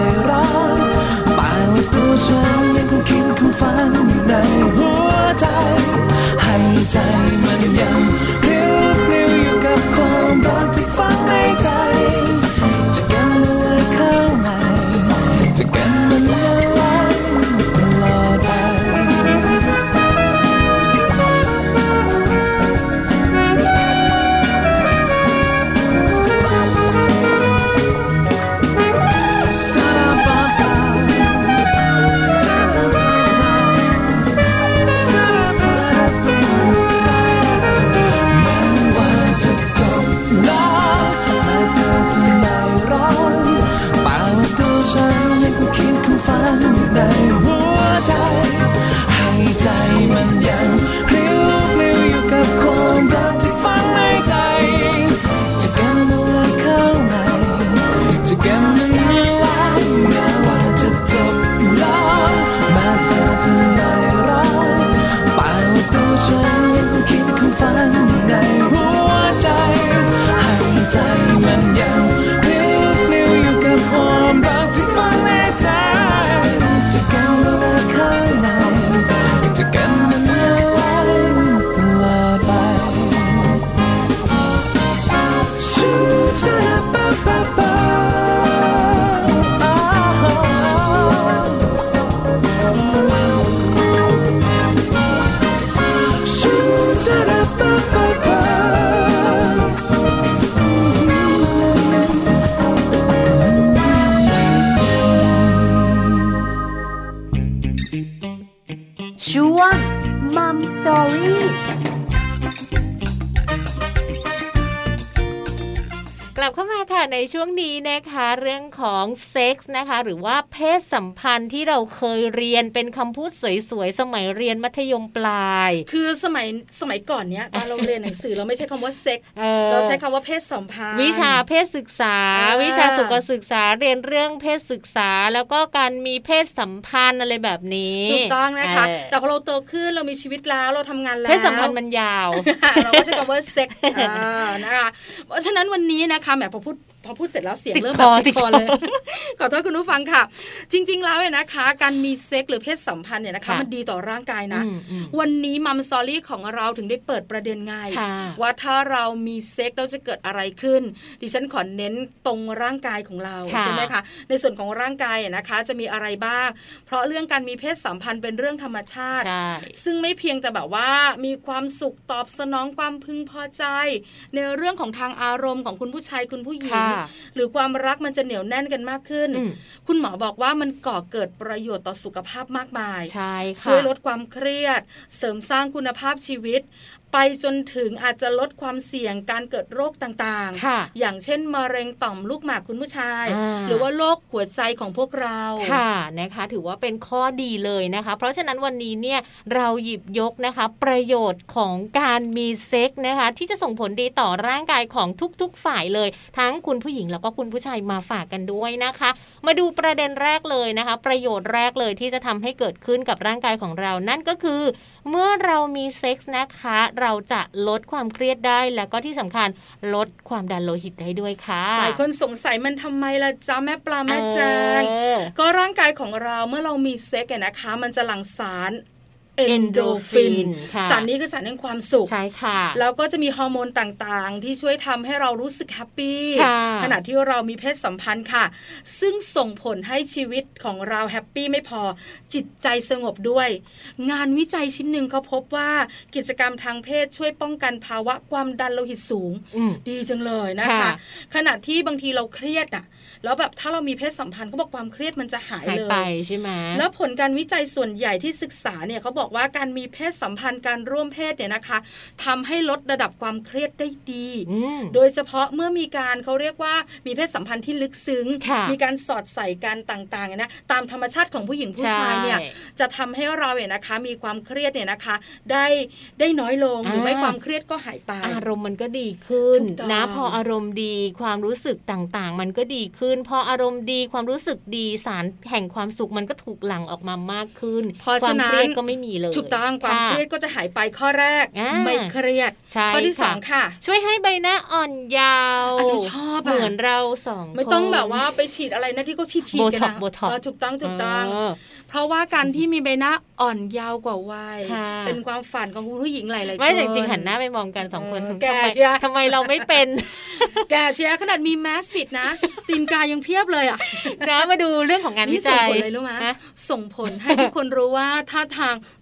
ฉันยังคงคิดคำฝันอยู่ในหัวใจให้ใจมันยังพลิ้วปลิวอยู่กับความรักที่ฝังในใจจะกันเอาไว้ข้างในจะกันมันเอาไว้แม้ว่าจะจบลงแม้เธอจะไม่รักแต่ว่าตัวฉันยังคงคิดคำฝันอยู่ในหัวใจให้ใจมันยังพลิ้วปลิวอยู่กับความรักที่ฝังในใจจะกันเอาไว้ข้างในจะกันมันเอาไว้ตลอดไปชูจะปะปะปะช่วงมัมสตอรี่กลับเข้ามาค่ะในช่วงนี้นะคะเรื่องของเซ็กส์นะคะหรือว่าเพศสัมพันธ์ที่เราเคยเรียนเป็นคำพูดสวยๆสมัยเรียนมัธยมปลายคือสมัยสมัยก่อนเนี้ยตอนเราเรียนหนังสือเราไม่ใช้คำว่าเซ็กเออเราใช้คำว่าเพศสัมพันธ์วิชาเพศศึกษาวิชาสุขศึกษาเรียนเรื่องเพศศึกษาแล้วก็การมีเพศสัมพันธ์อะไรแบบนี้ถูกต้องนะคะแต่พอเราโตขึ้นเรามีชีวิตแล้วเราทำงานแล้วเพศสัมพันธ์มันยาวเราก็ใช้คำว่าเซ็กนะคะเพราะฉะนั้นวันนี้นะคะแหมพอพูดพอพูดเสร็จแล้วเสียงเริ่มแบบติดคอเลยขอโทษคุณผู้ฟังค่ะจริงๆแล้วเนี่ยนะคะการมีเซ็กหรือเพศสัมพันธ์เนี่ยนะคะมันดีต่อร่างกายนะวันนี้มัมสตอรี่ของเราถึงได้เปิดประเด็นไงว่าถ้าเรามีเซ็กแล้วจะเกิดอะไรขึ้นดิฉันขอเน้นตรงร่างกายของเราใช่ไหมคะในส่วนของร่างกายนะคะจะมีอะไรบ้างเพราะเรื่องการมีเพศสัมพันธ์เป็นเรื่องธรรมชาติซึ่งไม่เพียงแต่แบบว่ามีความสุขตอบสนองความพึงพอใจในเรื่องของทางอารมณ์ของคุณผู้ชายคุณผู้หญิงหรือความรักมันจะเหนียวแน่นกันมากขึ้นคุณหมอบอกว่ามันก่อเกิดประโยชน์ต่อสุขภาพมากมายช่วยลดความเครียดเสริมสร้างคุณภาพชีวิตไปจนถึงอาจจะลดความเสี่ยงการเกิดโรคต่างๆอย่างเช่นมะเร็งต่อมลูกหมากคุณผู้ชายหรือว่าโรคหัวใจของพวกเราค่ะนะคะถือว่าเป็นข้อดีเลยนะคะเพราะฉะนั้นวันนี้เนี่ยเราหยิบยกนะคะประโยชน์ของการมีเซ็กนะคะที่จะส่งผลดีต่อร่างกายของทุกๆฝ่ายเลยทั้งคุณผู้หญิงแล้วก็คุณผู้ชายมาฝากกันด้วยนะคะมาดูประเด็นแรกเลยนะคะประโยชน์แรกเลยที่จะทำให้เกิดขึ้นกับร่างกายของเรานั่นก็คือเมื่อเรามีเซ็กส์นะคะเราจะลดความเครียดได้แล้วก็ที่สำคัญลดความดันโลหิตได้ด้วยค่ะหลายคนสงสัยมันทำไมล่ะจ้าแม่ปลาแม่แจงก็ร่างกายของเราเมื่อเรามีเซ็กส์นะคะมันจะหลั่งสารเอนโดรฟินสารนี้คือสารแห่งความสุขใช่ค่ะแล้วก็จะมีฮอร์โมนต่างๆที่ช่วยทำให้เรารู้สึกแฮปปี้ขณะที่เรามีเพศสัมพันธ์ค่ะซึ่งส่งผลให้ชีวิตของเราแฮปปี้ไม่พอจิตใจสงบด้วยงานวิจัยชิ้นหนึ่งเขาพบว่ากิจกรรมทางเพศช่วยป้องกันภาวะความดันโลหิตสูงดีจังเลยนะคะขณะที่บางทีเราเครียดอ่ะแล้วแบบถ้าเรามีเพศสัมพันธ์เขาบอกความเครียดมันจะหายเลยไปใช่ไหมแล้วผลการวิจัยส่วนใหญ่ที่ศึกษาเนี่ยเขาบอกว่าการมีเพศสัมพันธ์การร่วมเพศเนี่ยนะคะทำให้ลดระดับความเครียดได้ดีโดยเฉพาะเมื่อมีการเขาเรียกว่ามีเพศสัมพันธ์ที่ลึกซึ้งมีการสอดใส่กันต่างๆนะตามธรรมชาติของผู้หญิงผู้ชายเนี่ยจะทำให้เราเนี่ยนะคะมีความเครียดเนี่ยนะคะได้ได้น้อยลงหรือไม่ความเครียดก็หายไปอารมณ์มันก็ดีขึ้นนะพออารมณ์ดีความรู้สึกต่างๆมันก็ดีขึ้นพออารมณ์ดีความรู้สึกดีสารแห่งความสุขมันก็ถูกหลั่งออกมามากขึ้นความเครียดก็ไม่มีเลยถูกต้องความเครียดก็จะหายไปข้อแรกไม่เครียดข้อที่สองค่ะช่วยให้ใบหน้าอ่อนเยาว์อันนี้ชอบเหมือนเราสองคนไม่ต้องแบบว่าไปฉีดอะไรนะที่เขาฉีดฉีดกันนะถูกต้องถูกต้องเพราะว่าการที่มีใบหน้าอ่อนเยาว์กว่าวัยเป็นความฝันของผู้หญิงหลายๆคนไม่จริงๆหันหน้าไปมองกันสองคนทำไมทำไมเราไม่เป็นแกเชียร์ขนาดมีแมสปิดนะตีนกายังเพียบเลยอ่ะนะมาดูเรื่องของงานวิจัยส่งผลเลยรู้ไหมส่งผลให้ทุกคนรู้ว่าท่าทาง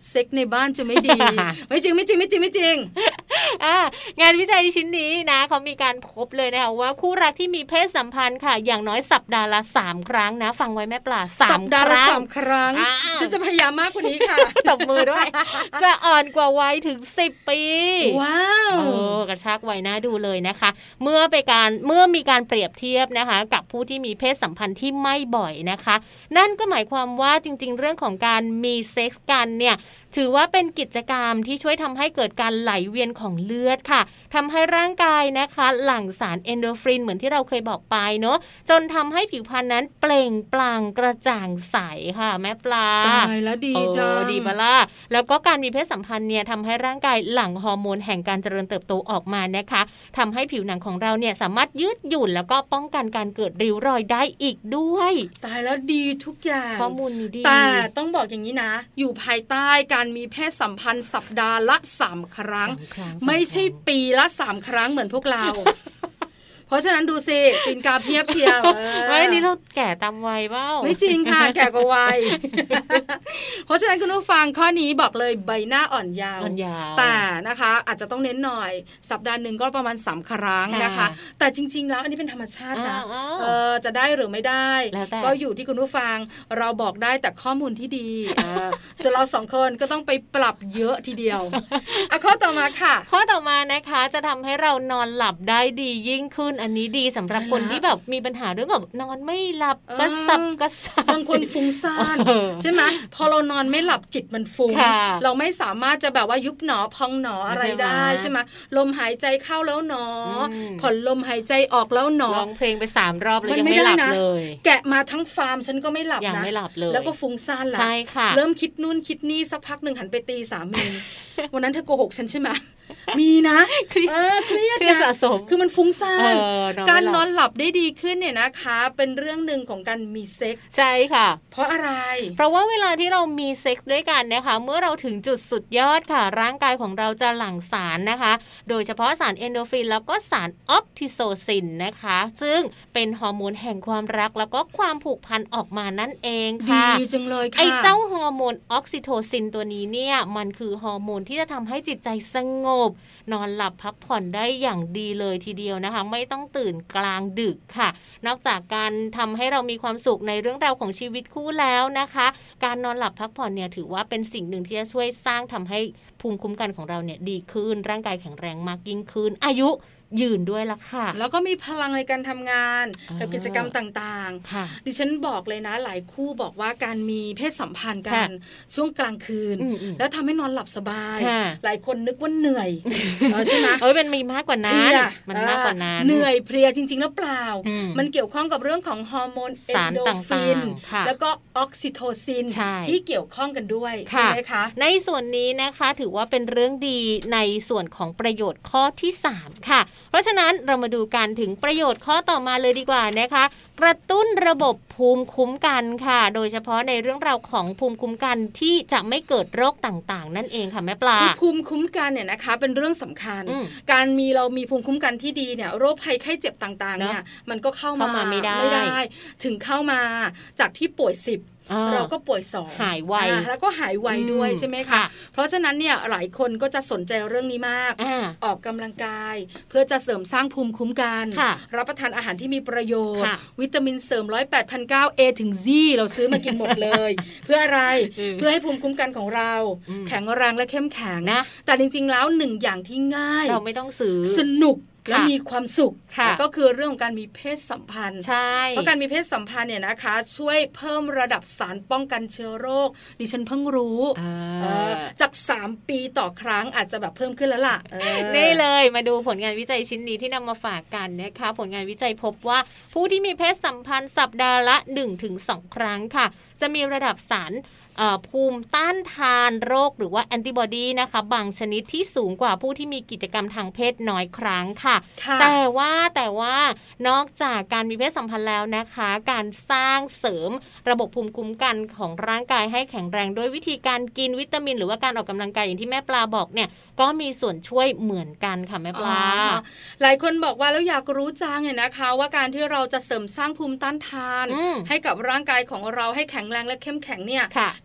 เซ็กในบ้านจะไม่ดี ไม่จริงไม่จริงไม่จริงไม่จริงงานวิจัยชิ้นนี้นะเขามีการพบเลยนะคะว่าคู่รักที่มีเพศสัมพันธ์ค่ะอย่างน้อยสัปดาห์ละสามครั้งนะฟังไว้แม่ปลาสามครั้งสัปดาห์ละสามครั้งฉันจะพยายามมากกว่านี้ค่ะตบมือด้วยจะอ่อนกว่าวัยถึงสิบปีว้าวโอ้กระชากวัยน่าดูเลยนะคะเมื่อไปการเมื่อมีการเปรียบเทียบนะคะกับผู้ที่มีเพศสัมพันธ์ที่ไม่บ่อยนะคะนั่นก็หมายความว่าจริงๆเรื่องของการมีเซ็กส์กันเนี่ยถือว่าเป็นกิจกรรมที่ช่วยทำให้เกิดการไหลเวียนของเลือดค่ะทำให้ร่างกายนะคะหลั่งสารเอนโดรฟินเหมือนที่เราเคยบอกไปเนาะจนทำให้ผิวพรรณนั้นเปล่งปลั่งกระจ่างใสค่ะแม่ปลาตายแล้วดีจังดีปะล่ะแล้วก็การมีเพศสัมพันธ์เนี่ยทำให้ร่างกายหลั่งฮอร์โมนแห่งการเจริญเติบโตออกมานะคะทำให้ผิวหนังของเราเนี่ยสามารถยืดหยุ่นแล้วก็ป้องกันการเกิดริ้วรอยได้อีกด้วยตายแล้วดีทุกอย่างข้อมูลนี้ดีแต่ต้องบอกอย่างนี้นะอยู่ภายใต้การมีเพศสัมพันธ์สัปดาห์ละสามครั้งไม่ใช่ปีละสามครั้งเหมือนพวกเราเพราะฉะนั้นดูสิตีนกาเพียบเชียวไม่นี่เราแก่ตามวัยเปล่าไม่จริงค่ะแก่กว่าวัยเพราะฉะนั้นคุณผู้ฟังข้อนี้บอกเลยใบหน้าอ่อนยาวแต่นะคะอาจจะต้องเน้นหน่อยสัปดาห์นึงก็ประมาณสามครั้งนะคะแต่จริงๆแล้วอันนี้เป็นธรรมชาตินะเออจะได้หรือไม่ได้ก็อยู่ที่คุณผู้ฟังเราบอกได้แต่ข้อมูลที่ดีส่วนเราสองคนก็ต้องไปปรับเยอะทีเดียวอ่ะข้อต่อมาค่ะข้อต่อมานะคะจะทำให้เรานอนหลับได้ดียิ่งขึ้นอันนี้ดีสำหรับคนที่แบบมีปัญหาเรื่องแบบนอนไม่หลับกระสับกระส่ายบางคนฟุ้งซ่านใช่ไหมพอเรานอนไม่หลับจิตมันฟุ้งเราไม่สามารถจะแบบว่ายุบหนอพองหนออะไรได้ใช่ไหมลมหายใจเข้าแล้วหนอผ่อนลมหายใจออกแล้วหนอร้องเพลงไปสามรอบเลยยังไม่หลับเลยแกะมาทั้งฟาร์มฉันก็ไม่หลับนะแล้วก็ฟุ้งซ่านแหละเริ่มคิดนู่นคิดนี่สักพักหนึ่งหันไปตีสามีวันนั้นเธอโกหกฉันใช่ไหมมีนะเออเครียดนะสะสมคือมันฟุ้งซ่านการนอนหลับได้ดีขึ้นเนี่ยนะคะเป็นเรื่องหนึ่งของการมีเซ็กใช่ค่ะเพราะอะไรเพราะว่าเวลาที่เรามีเซ็กซ์ด้วยกันนะคะเมื่อเราถึงจุดสุดยอดค่ะร่างกายของเราจะหลั่งสารนะคะโดยเฉพาะสารเอนโดรฟินแล้วก็สารออกซิโทซินนะคะซึ่งเป็นฮอร์โมนแห่งความรักแล้วก็ความผูกพันออกมานั่นเองค่ะดีจังเลยค่ะไอ้เจ้าฮอร์โมนออกซิโทซินตัวนี้เนี่ยมันคือฮอร์โมนที่จะทำให้จิตใจสงบนอนหลับพักผ่อนได้อย่างดีเลยทีเดียวนะคะไม่ต้องตื่นกลางดึกค่ะนอกจากการทำให้เรามีความสุขในเรื่องราวของชีวิตคู่แล้วนะคะการนอนหลับพักผ่อนเนี่ยถือว่าเป็นสิ่งหนึ่งที่จะช่วยสร้างทำให้ภูมิคุ้มกันของเราเนี่ยดีขึ้นร่างกายแข็งแรงมากยิ่งขึ้นอายุยืนด้วยล่ะค่ะแล้วก็มีพลังในการทำงานกับกิจกรรมต่างๆดิฉันบอกเลยนะหลายคู่บอกว่าการมีเพศสัมพันธ์กันช่วงกลางคืนแล้วทำให้นอนหลับสบายหลายคนนึกว่าเหนื่อยใช่ไหมเออเป็นมีมากกว่านั้นมันมากกว่านั้นเหนื่อยเพลียจริงๆแล้วเปล่ามันเกี่ยวข้องกับเรื่องของฮอร์โมนเอนโดรฟินแล้วก็ออกซิโทซินที่เกี่ยวข้องกันด้วยใช่ไหมคะในส่วนนี้นะคะถือว่าเป็นเรื่องดีในส่วนของประโยชน์ข้อที่สามค่ะเพราะฉะนั้นเรามาดูกันถึงประโยชน์ข้อต่อมาเลยดีกว่านะคะกระตุ้นระบบภูมิคุ้มกันค่ะโดยเฉพาะในเรื่องราวของภูมิคุ้มกันที่จะไม่เกิดโรคต่างๆนั่นเองค่ะแม่ปลาภูมิคุ้มกันเนี่ยนะคะเป็นเรื่องสำคัญการมีเรามีภูมิคุ้มกันที่ดีเนี่ยโรคภัยไข้เจ็บต่างๆเนี่ยมันก็เข้ามาไม่ได้ไม่ได้ถึงเข้ามาจากที่ป่วยสิบเราก็ป่วยสองหายไวแล้วก็หายไวด้วยใช่ไหมคะเพราะฉะนั้นเนี่ยหลายคนก็จะสนใจเรื่องนี้มากออกกำลังกายเพื่อจะเสริมสร้างภูมิคุ้มกันรับประทานอาหารที่มีประโยชน์วิตามินเสริมร้อยแปดพันเก้าเอถึง Z เราซื้อมากินหมดเลยเพื่ออะไรเพื่อให้ภูมิคุ้มกันของเราแข็งแรงและเข้มแข็งนะแต่จริงๆแล้วหนึ่งอย่างที่ง่ายเราไม่ต้องซื้อสนุกและมีความสุขก็คือเรื่องของการมีเพศสัมพันธ์เพราะการมีเพศสัมพันธ์เนี่ยนะคะช่วยเพิ่มระดับสารป้องกันเชื้อโรคดิฉันเพิ่งรู้จากสามปีต่อครั้งอาจจะแบบเพิ่มขึ้นแล้วล่ะนี่เลยมาดูผลงานวิจัยชิ้นนี้ที่นำมาฝากกันนะคะผลงานวิจัยพบว่าผู้ที่มีเพศสัมพันธ์สัปดาห์ละ หนึ่งถึงสอง ครั้งค่ะจะมีระดับสารภูมิต้านทานโรคหรือว่าแอนติบอดีนะคะบางชนิดที่สูงกว่าผู้ที่มีกิจกรรมทางเพศน้อยครั้งค่ะแต่ว่าแต่ว่านอกจากการมีเพศสัมพันธ์แล้วนะคะการสร้างเสริมระบบภูมิคุ้มกันของร่างกายให้แข็งแรงด้วยวิธีการกินวิตามินหรือว่าการออกกำลังกายอย่างที่แม่ปลาบอกเนี่ยก็มีส่วนช่วยเหมือนกันค่ะแม่ปลาหลายคนบอกว่าแล้วอยากรู้จังเนี่ยนะคะว่าการที่เราจะเสริมสร้างภูมิต้านทานให้กับร่างกายของเราให้แข็งแรงและเข้มแข็งเนี่ย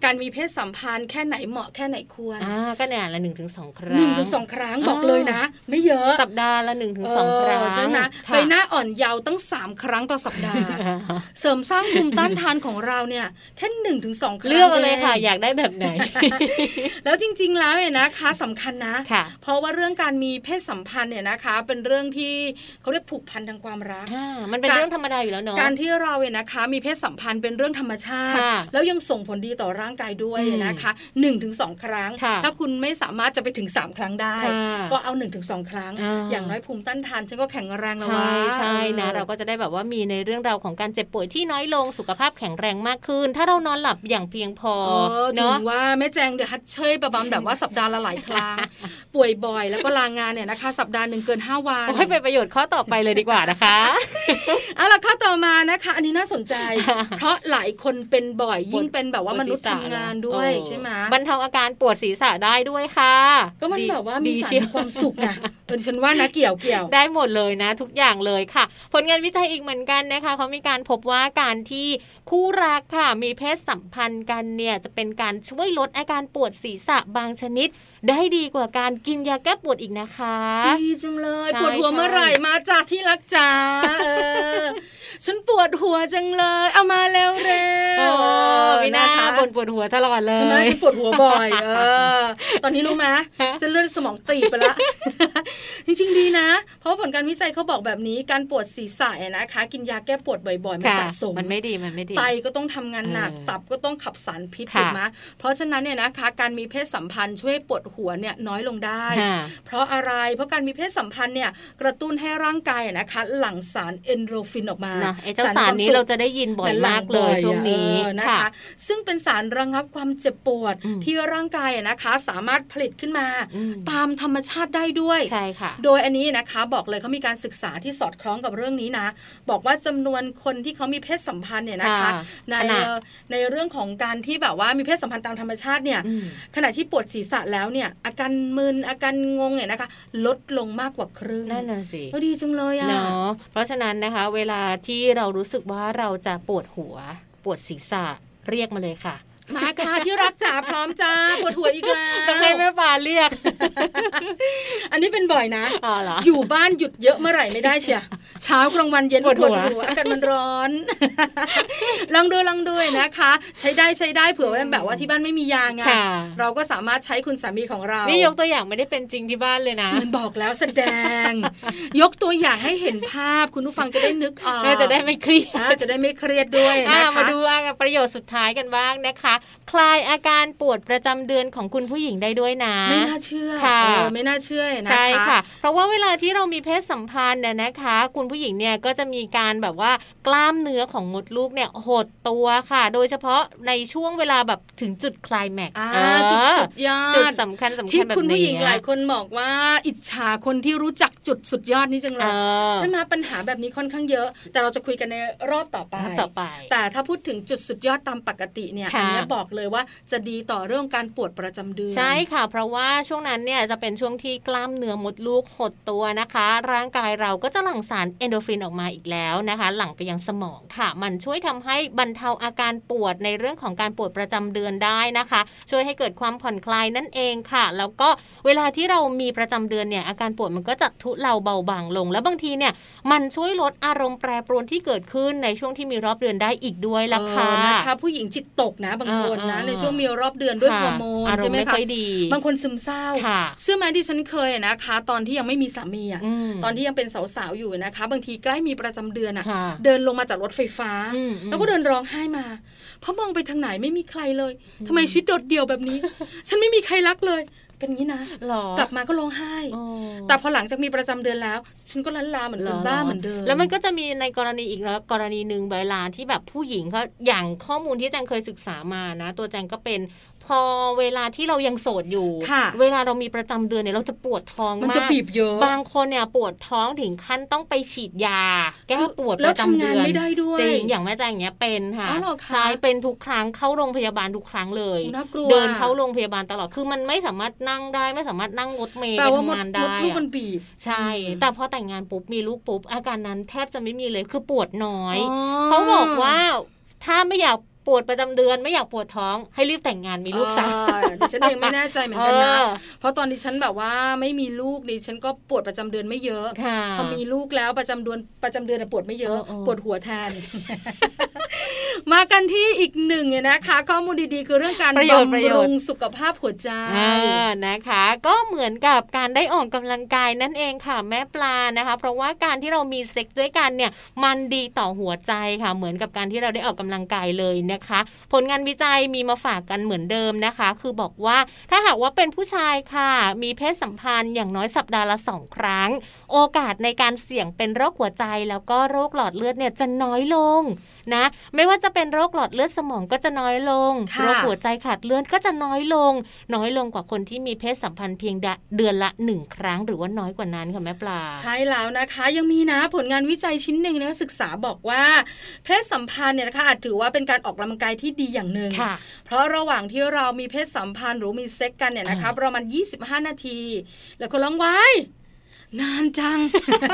การมีเพศสัมพันธ์แค่ไหนเหมาะแค่ไหนควรอ่าก็เนี่ยละหนึ่งถึงสองครั้งหนึ่งถึงสองครั้งบอกเลยนะไม่เยอะสัปดาห์ละหนึ่งถึงสองครั้งใช่ไหมใบหน้าอ่อนเยาว์ตั้งสามครั้งต่อสัปดาห์เสริมสร้างภูมิต้านทานของเราเนี่ยแค่หนึ่งถึงสองครั้งเลือกเลยค่ะอยากได้แบบไหนแล้วจริงๆแล้วเนี่ยนะคะสำคัญนะเพราะว่าเรื่องการมีเพศสัมพันธ์เนี่ยนะคะเป็นเรื่องที่เขาเรียกผูกพันทางความรักมันเป็นเรื่องธรรมดาอยู่แล้วเนาะการที่เราเนี่ยนะคะมีเพศสัมพันธ์เป็นเรื่องธรรมชาติแล้วยังส่งผลดีต่อร่างกายด้วยนะคะหนึ่งถึงสองครั้งถ้าคุณไม่สามารถจะไปถึงสามครั้งได้ก็เอาหนึ่งถึงสองครั้งอย่างน้อยภูมิต้านทานฉันก็แข็งแรงแล้วว่าใช่นะเราก็จะได้แบบว่ามีในเรื่องราวของการเจ็บป่วยที่น้อยลงสุขภาพแข็งแรงมากขึ้นถ้าเรานอนหลับอย่างเพียงพอเนาะว่าแม่แจงเดือดฮัทเชยประบำแบบว่าสัปดาห์ละหลายครั้งป่วยบ่อยแล้วก็ลางานเนี่ยนะคะสัปดาห์นึงเกินห้าวันให้เป็นประโยชน์ข้อต่อไปเลยดีกว่านะคะเอาล่ะข้อต่อมานะคะอันนี้น่าสนใจเพราะหลายคนเป็นบ่อยยิ่งเป็นแบบว่ามนุษย์ทำงานด้วยใช่ไหมบรรเทาอาการปวดศีรษะได้ด้วยค่ะก็มันแบบว่ามีสารความสุขไงเออฉันว่านะเกี่ยวเกี่ยวได้หมดเลยนะทุกอย่างเลยค่ะผลงานวิจัยอีกเหมือนกันนะคะเขามีการพบว่าการที่คู่รักค่ะมีเพศสัมพันธ์กันเนี่ยจะเป็นการช่วยลดอาการปวดศีรษะบางชนิดได้ดีกว่าการกินยาแก้ปวดอีกนะคะดีจังเลยปวดหัวเมื่อไหร่มาจากที่รักจ๋าเออฉันปวดหัวจังเลยเอามาเร็วเร็วมีหน้าบ่นปวดหัวตลอดเลยใช่ไหมฉันปวดหัวบ่อยเออตอนนี้รู้ไหมเส้นเลือดสมองตีบไปละจริงๆดีนะเพราะผลการวิจัยเขาบอกแบบนี้การปวดศีรษะนะคะกินยาแก้ปวดบ่อยๆมันสะสมมันไม่ดีมันไม่ดีไตก็ต้องทำงานหนักตับก็ต้องขับสารพิษถูกไหมเพราะฉะนั้นเนี่ยนะคะการมีเพศสัมพันธ์ช่วยปวดหัวเนี่ยน้อยลงได้เพราะอะไรเพราะการมีเพศสัมพันธ์เนี่ยกระตุ้นให้ร่างกายนะคะหลั่งสารเอนโดรฟินออกมาเจ้าสารนี้เราจะได้ยินบ่อยมากเลยช่วงนี้นะคะซึ่งเป็นสารระงับความเจ็บปวดที่ร่างกายนะคะสามารถผลิตขึ้นมาตามธรรมชาติได้ด้วยใช่ค่ะโดยอันนี้นะคะบอกเลยเขามีการศึกษาที่สอดคล้องกับเรื่องนี้นะบอกว่าจำนวนคนที่เขามีเพศสัมพันธ์เนี่ยนะคะในในเรื่องของการที่แบบว่ามีเพศสัมพันธ์ตามธรรมชาติเนี่ยขณะที่ปวดศีรษะแล้วเนี่ยอาการมึนอาการงงเนี่ยนะคะลดลงมากกว่าครึ่งนั่นน่ะสิก็ดีจังเลยอ่ะเนาะเพราะฉะนั้นนะคะเวลาที่เรารู้สึกว่าเราจะปวดหัวปวดศีรษะเรียกมาเลยค่ะมาค่ะที่รักจ๋าพร้อมจ้าปวดหัวอีกแล้วต้องให้แม่ปลาเรียกอันนี้เป็นบ่อยนะ อ, อยู่บ้านหยุดเยอะเมื่อไหร่ไม่ได้เชียเช้ากลางวันเย็นปวดหัวอากาศมันร้อนลองดูลองดูนะคะใช้ได้ใช้ได้เผื่อว่าแบบว่าที่บ้านไม่มียาไงเราก็สามารถใช้คุณสามีของเรานี่ยกตัวอย่างไม่ได้เป็นจริงที่บ้านเลยนะมันบอกแล้วแสดงยกตัวอย่างให้เห็นภาพคุณผู้ฟังจะได้นึกออกจะได้ไม่เครียดจะได้ไม่เครียดด้วยนะคะมาดูประโยชน์สุดท้ายกันบ้างนะคะคลายอาการปวดประจำเดือนของคุณผู้หญิงได้ด้วยนะไม่น่าเชื่อค่ะเออไม่น่าเชื่อนะคะใช่ค่ะเพราะว่าเวลาที่เรามีเพศสัมพันธ์เนี่ยนะคะคุณผู้หญิงเนี่ยก็จะมีการแบบว่ากล้ามเนื้อของมดลูกเนี่ยหดตัวค่ะโดยเฉพาะในช่วงเวลาแบบถึงจุดไคลแม็กซ์จุดสุดยอดจุดสำคัญสำคัญแบบนี้ที่คุณผู้หญิงหลายคนบอกว่าอิจฉาคนที่รู้จักจุดสุดยอดนี้จังเลยใช่ไหมปัญหาแบบนี้ค่อนข้างเยอะแต่เราจะคุยกันในรอบต่อไปต่อไปแต่ถ้าพูดถึงจุดสุดยอดตามปกติเนี่ยอันนี้บอกเลยว่าจะดีต่อเรื่องการปวดประจำเดือนใช่ค่ะเพราะว่าช่วงนั้นเนี่ยจะเป็นช่วงที่กล้ามเนื้อมดลูกหดตัวนะคะร่างกายเราก็จะหลั่งสารเอนโดรฟินออกมาอีกแล้วนะคะหลั่งไปยังสมองค่ะมันช่วยทำให้บรรเทาอาการปวดในเรื่องของการปวดประจำเดือนได้นะคะช่วยให้เกิดความผ่อนคลายนั่นเองค่ะแล้วก็เวลาที่เรามีประจำเดือนเนี่ยอาการปวดมันก็จะทุเลาเบาบางลงแล้วบางทีเนี่ยมันช่วยลดอารมณ์แปรปรวนที่เกิดขึ้นในช่วงที่มีรอบเดือนได้อีกด้วยล่ะค่ะนะคะผู้หญิงจิตตกนะบางคนนะในช่วงมีรอบเดือนด้วยฮอร์โมนใช่ไหมคะบางคนซึมเศร้าเชื่อไหมดิฉันเคยนะคะตอนที่ยังไม่มีสามีอ่ะตอนที่ยังเป็นสาวๆอยู่นะคะบางทีใกล้มีประจำเดือนอ่ะเดินลงมาจากรถไฟฟ้าแล้วก็เดินร้องไห้มาเพราะมองไปทางไหนไม่มีใครเลยทำไมชีวิตโดดเดี่ยวแบบนี้ฉันไม่มีใครรักเลยเป็นงี้นะกลับมาก็ร้องไห้แต่พอหลังจากมีประจำเดือนแล้วฉันก็ล้านลาเหมือนคนบ้าเหมือนเดิมแล้วมันก็จะมีในกรณีอีกแล้วกรณีนึงเวลาที่แบบผู้หญิงเขาอย่างข้อมูลที่แจงเคยศึกษามานะตัวแจงก็เป็นพอเวลาที่เรายังโสดอยู่เวลาเรามีประจำเดือนเนี่ยเราจะปวดท้องมากมันจะบีบเยอะบางคนเนี่ยปวดท้องถึงขั้นต้องไปฉีดยาแก้ปวดประจำเดือนไม่ได้ด้วยจริงอย่างแม่แจงอย่างเงี้ยเป็นค่ะใช่เป็นทุกครั้งเข้าโรงพยาบาลทุกครั้งเลยเดินเข้าโรงพยาบาลตลอดคือมันไม่สามารถนั่งได้ไม่สามารถนั่งรถเมล์ไปทำงานได้ลูกมันบีบใช่แต่พอแต่งงานปุ๊บมีลูกปุ๊บอาการนั้นแทบจะไม่มีเลยคือปวดน้อยเขาบอกว่าถ้าไม่อยากปวดประจำเดือนไม่อยากปวดท้องให้รีบแต่งงานมีลูกซะดิฉันเองไม่แน่ใจเหมือนกันนะเพราะตอนดิฉันแบบว่าไม่มีลูกดิฉันก็ปวดประจำเดือนไม่เยอะพอมีลูกแล้วประจำเดือนประจำเดือนปวดไม่เยอะปวดหัวแทนมากันที่อีกหนึ่งเนี่ยนะคะข้อมูลดีๆคือเรื่องการบำรุงสุขภาพหัวใจนะคะก็เหมือนกับการได้ออกกำลังกายนั่นเองค่ะแม่ปลานะคะเพราะว่าการที่เรามีเซ็กซ์ด้วยกันเนี่ยมันดีต่อหัวใจค่ะเหมือนกับการที่เราได้ออกกำลังกายเลยนะคะผลงานวิจัยมีมาฝากกันเหมือนเดิมนะคะคือบอกว่าถ้าหากว่าเป็นผู้ชายค่ะมีเพศสัมพันธ์อย่างน้อยสัปดาห์ละสองครั้งโอกาสในการเสี่ยงเป็นโรคหัวใจแล้วก็โรคหลอดเลือดเนี่ยจะน้อยลงนะไม่ว่าจะเป็นโรคหลอดเลือดสมองก็จะน้อยลงโรคหัวใจขาดเลือดก็จะน้อยลงน้อยลงกว่าคนที่มีเพศสัมพันธ์เพียงเดือนละหนึ่งครั้งหรือว่าน้อยกว่านั้นค่ะแม่ปลาใช่แล้วนะคะยังมีนะผลงานวิจัยชิ้นหนึ่งนะศึกษาบอกว่าเพศสัมพันธ์เนี่ยนะคะอาจถือว่าเป็นการออกกำลังกายที่ดีอย่างหนึ่งเพราะระหว่างที่เรามีเพศสัมพันธ์หรือมีเซ็กกันเนี่ยนะคะประมาณยี่สิบห้านาทีแล้วก็ร้องไว้นานจัง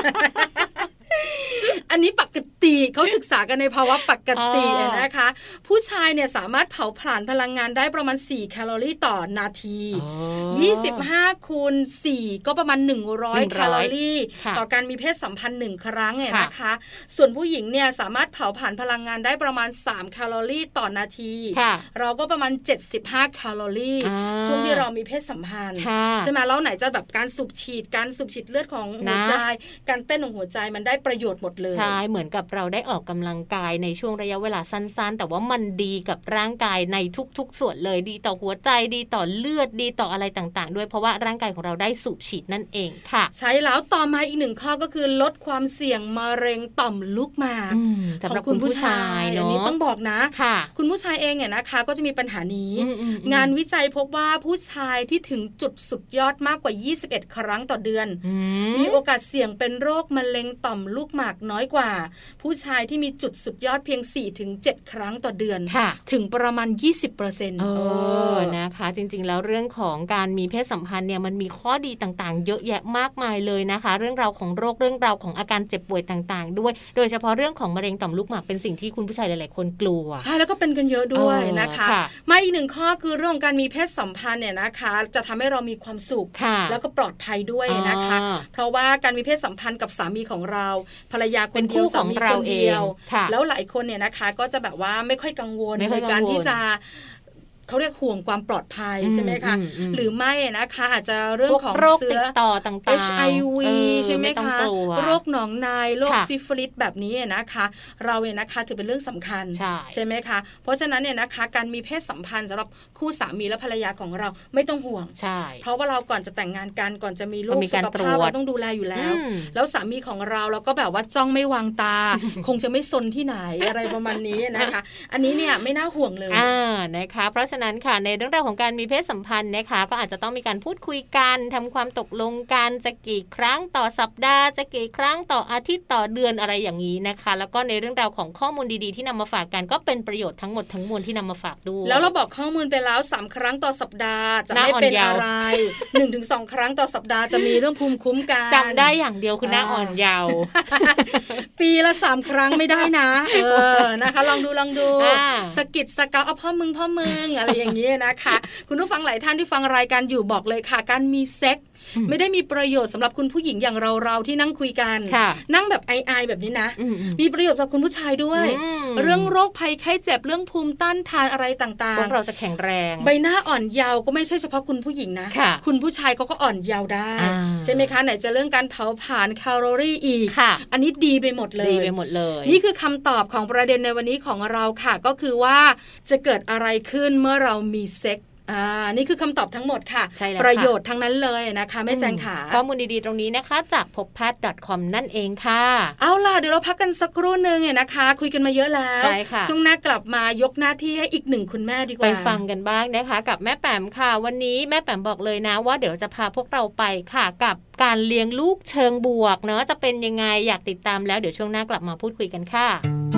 อันนี้ปกติเขาศึกษากันในภาวะปกตินะคะผู้ชายเนี่ยสามารถเผาผลาญพลังงานได้ประมาณสี่แคลอรี่ต่อนาทียี่สิบห้าคูณสี่ก็ประมาณหนึ่งร้อยแคลอรี่ต่อการมีเพศสัมพันธ์หนึ่งครั้งเนี่ยนะคะส่วนผู้หญิงเนี่ยสามารถเผาผลาญพลังงานได้ประมาณสามแคลอรี่ต่อนาทีเราก็ประมาณเจ็ดสิบห้าแคลอรี่ช่วงที่เรามีเพศสัมพันธ์ใช่ไหมแล้วไหนจะแบบการสูบฉีดการสูบฉีดเลือดของหัวใจการเต้นของหัวใจมันได้ประโยชน์หมดเลยใช่เหมือนกับเราได้ออกกำลังกายในช่วงระยะเวลาสั้นๆแต่ว่ามันดีกับร่างกายในทุกๆส่วนเลยดีต่อหัวใจดีต่อเลือดดีต่ออะไรต่างๆด้วยเพราะว่าร่างกายของเราได้สูบฉีดนั่นเองค่ะใช่แล้วต่อมาอีกหนึ่งข้อก็คือลดความเสี่ยงมะเร็งต่อมลูกหมากของคุณผู้ชายอันนี้ต้องบอกนะคุณผู้ชายเองเนี่ยนะคะก็จะมีปัญหานี้งานวิจัยพบว่าผู้ชายที่ถึงจุดสุดยอดมากกว่ายี่สิบเอ็ดครั้งต่อเดือนมีโอกาสเสี่ยงเป็นโรคมะเร็งต่อมลูกหมากน้อยกว่าผู้ชายที่มีจุดสุดยอดเพียง สี่ถึงเจ็ด ครั้งต่อเดือนถึงประมาณ ยี่สิบเปอร์เซ็นต์เออนะคะจริงๆแล้วเรื่องของการมีเพศสัมพันธ์เนี่ยมันมีข้อดีต่างๆเยอะแยะมากมายเลยนะคะเรื่องราวของโรคเรื่องราวของอาการเจ็บป่วยต่างๆด้วยโดยเฉพาะเรื่องของมะเร็งต่อมลูกหมากเป็นสิ่งที่คุณผู้ชายหลายๆคนกลัวใช่แล้วก็เป็นกันเยอะด้วยนะคะมาอีกหนึ่งข้อคือเรื่องของการมีเพศสัมพันธ์เนี่ยนะคะจะทำให้เรามีความสุขแล้วก็ปลอดภัยด้วยนะคะเพราะว่าการมีเพศสัมพันธ์กับสามีของเราภรรยาคนเดียวสามีคนเดียวแล้วหลายคนเนี่ยนะคะก็จะแบบว่าไม่ค่อยกังวลในการที่จะเขาเรียกห่วงความปลอดภัยใช่ไหมคะหรือไม่นะคะอาจจะเรื่องของเชื้อต่อต่างๆเอช ไอ วี ใช่ไหมคะโรคหนองในโรคซิฟิลิสแบบนี้นะคะเราเนี่ยนะคะถือเป็นเรื่องสำคัญใช่ไหมคะเพราะฉะนั้นเนี่ยนะคะการมีเพศสัมพันธ์สำหรับคู่สามีและภรรยาของเราไม่ต้องห่วงเพราะว่าเราก่อนจะแต่งงานกันก่อนจะมีลูกสุขภาพเราต้องดูแลอยู่แล้วแล้วสามีของเราเราก็แบบว่าจ้องไม่วางตา คงจะไม่ซนที่ไหนอะไรประมาณนี้นะคะอันนี้เนี่ยไม่น่าห่วงเลยนะคะเพราะฉะนั้นค่ะในเรื่องราวของการมีเพศสัมพันธ์นะคะก็อาจจะต้องมีการพูดคุยกันทำความตกลงกันจะกี่ครั้งต่อสัปดาห์จะกี่ครั้งต่ออาทิตย์ต่อเดือนอะไรอย่างนี้นะคะแล้วก็ในเรื่องราวของข้อมูลดีๆที่นำมาฝากกันก็เป็นประโยชน์ทั้งหมดทั้งมวลที่นำมาฝากด้วยแล้วเราบอกข้อมูลไปแล้วสามครั้งต่อสัปดาห์จะไม่เป็นอะไร หนึ่งถึงสอง ครั้งต่อสัปดาห์จะมีเรื่องภูมิคุ้มกันจำได้อย่างเดียวคือหน้าอ่อนเยาว์ปีละสามครั้งไม่ได้นะเออนะคะลองดูลองดูสกิดสเกาเอาพ่อมึงพ่อมึงอะไรอย่างนี้นะคะคุณผู้ฟังหลายท่านที่ฟังรายการอยู่บอกเลยค่ะการมีเซ็กไม่ได้มีประโยชน์สำหรับคุณผู้หญิงอย่างเราๆที่นั่งคุยกันนั่งแบบไอๆแบบนี้นะมีประโยชน์สำหรับคุณผู้ชายด้วยเรื่องโรคภัยไข้เจ็บเรื่องภูมิต้านทานอะไรต่างๆพวกเราจะแข็งแรงใบหน้าอ่อนเยาว์ก็ไม่ใช่เฉพาะคุณผู้หญิงนะคุณผู้ชายเขาก็อ่อนเยาว์ได้ใช่ไหมคะไหนจะเรื่องการเผาผลาญแคลอรี่อีกอันนี้ดีไปหมดเลยดีไปหมดเลยนี่คือคำตอบของประเด็นในวันนี้ของเราค่ะก็คือว่าจะเกิดอะไรขึ้นเมื่อเรามีเซ็กอ่านี่คือคำตอบทั้งหมดค่ะประโยชน์ทั้งนั้นเลยนะคะแม่แจงขาข้อมูลดีๆตรงนี้นะคะจากพบแพทย์ .com นั่นเองค่ะเอาล่ะเดี๋ยวเราพักกันสักครู่นึงเนี่ยนะคะคุยกันมาเยอะแล้วช่วงหน้ากลับมายกหน้าที่ให้อีกหนึ่งคุณแม่ดีกว่าไปฟังกันบ้างนะคะกับแม่แป๋มค่ะวันนี้แม่แป๋มบอกเลยนะว่าเดี๋ยวจะพาพวกเราไปค่ะกับการเลี้ยงลูกเชิงบวกเนาะจะเป็นยังไงอยากติดตามแล้วเดี๋ยวช่วงหน้ากลับมาพูดคุยกันค่ะ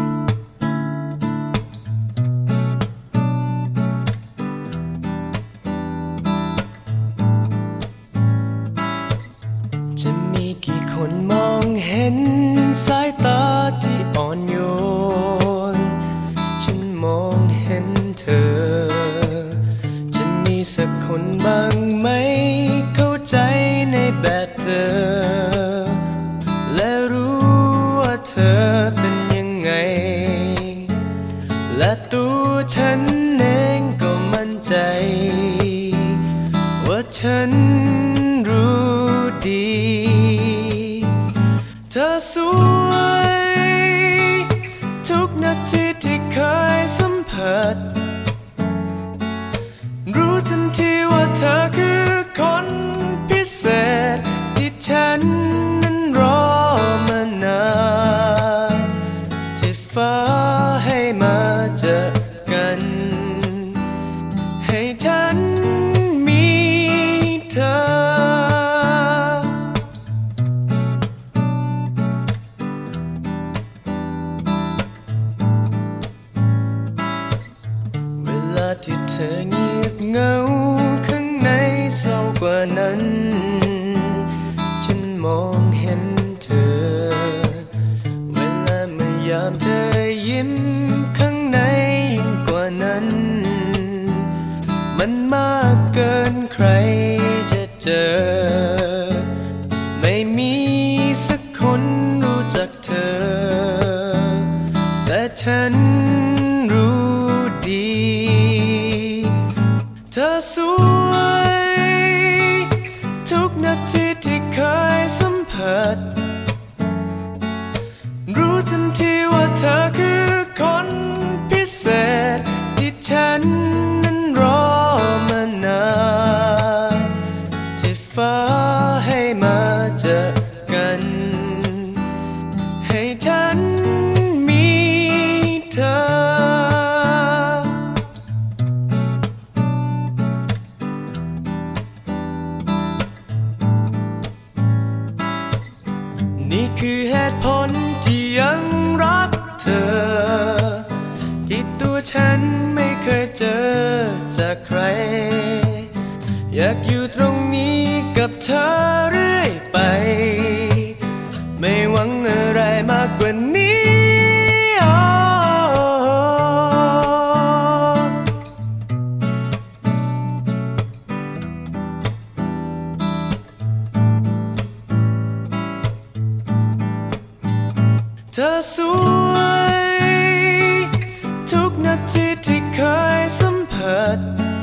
กี่คนมองเห็นสายตาที่อ่อนโยนฉันมองเห็นเธอจะมีสักคนบ้างไหมเข้าใจในแบบเธอและรู้ว่าเธอเป็นยังไงและตัวฉันเองก็มั่นใจว่าฉันรู้ดีเธอสวยทุกนาทีที่เคยสัมผัสรู้ทันทีว่าเธอคือคนพิเศษที่ฉันนั้นรอมานานที่ฟ้าให้มาเจอกันให้ฉันมีเธอเวลาที่เธอเงียบเหงาข้างในเศร้ากว่านั้นฉันมองเห็นเธอเวลาเมื่อยามเธอยิ้มข้างในยิ่งกว่านั้นมันมากเกินใครจะเจอไม่มีสักคนรู้จักเธอแต่ฉันรู้ดีเธอสวยทุกนาทีที่เคยสัมผัสรู้ทันทีว่าเธอคือคนพิเศษที่ฉันนั้นรอมานานที่ฟ้าให้มาเจอกันให้ฉันมีเธอนี่คือเหตุผลที่ยังรักเธอที่ตัวฉันไม่เคยเจอจากใครอยากอยู่ตรงนี้กับเธอเรื่อยไปไม่หวังอะไรมากกว่านี้เธอสวยทุกนาทีที่เคยสัมผัส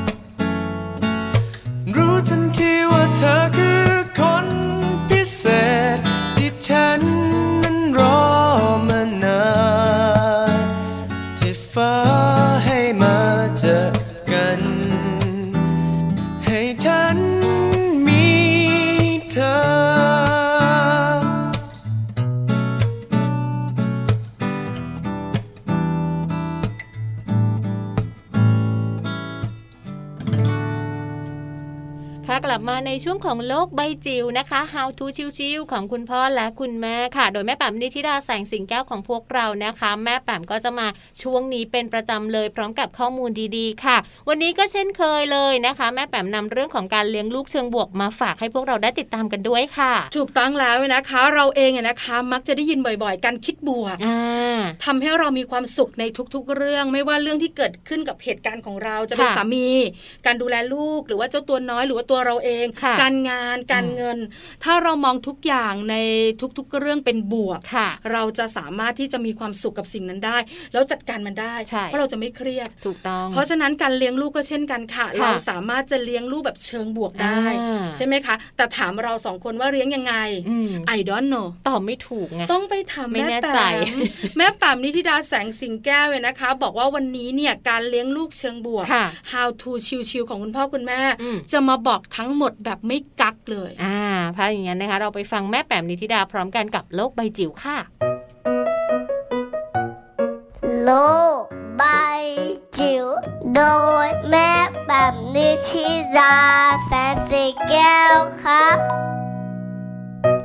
รู้ทันทีว่าเธอคือคนพิเศษที่ฉันนั้นรอมานานที่ฟ้าให้มาเจอกันให้ฉันมีเธอกลับมาในช่วงของโลกใบจิ๋วนะคะ How to ชิวๆของคุณพ่อและคุณแม่ค่ะโดยแม่แป๋มนิธิดาแสงสิงแก้วของพวกเรานะคะแม่แป๋มก็จะมาช่วงนี้เป็นประจำเลยพร้อมกับข้อมูลดีๆค่ะวันนี้ก็เช่นเคยเลยนะคะแม่แป๋มนำเรื่องของการเลี้ยงลูกเชิงบวกมาฝากให้พวกเราได้ติดตามกันด้วยค่ะถูกต้องแล้วนะคะเราเองเนี่ยนะคะมักจะได้ยินบ่อยๆการคิดบวกทำให้เรามีความสุขในทุกๆเรื่องไม่ว่าเรื่องที่เกิดขึ้นกับเหตุการณ์ของเราจะเป็นสามีการดูแลลูกหรือว่าเจ้าตัวน้อยหรือว่าตัวเราเองการงานการเงินถ้าเรามองทุกอย่างในทุกๆเรื่องเป็นบวกเราจะสามารถที่จะมีความสุขกับสิ่งนั้นได้แล้วจัดการมันได้เพราะเราจะไม่เครียดถูกต้องเพราะฉะนั้นการเลี้ยงลูกก็เช่นกันค่ะเราสามารถจะเลี้ยงลูกแบบเชิงบวกได้ใช่ไหมคะแต่ถามเราสองคนว่าเลี้ยงยังไง I don't know ตอบไม่ถูกไงต้องไปถามแม่แป๋มแม่แป๋มนิธิดาแสงสิงแก้วเลยนะคะบอกว่าวันนี้เนี่ยการเลี้ยงลูกเชิงบวก How to ชิวๆของคุณพ่อคุณแม่จะมาบอกทั้งหมดแบบไม่กักเลยอ่าเพราะอย่างนั้นนะคะเราไปฟังแม่แป๋มนิธิดาพร้อมกันกับโลกใบจิ๋วค่ะโลกใบจิ๋วโดยแม่แป๋มนิธิดาแสงสีแก้วครับ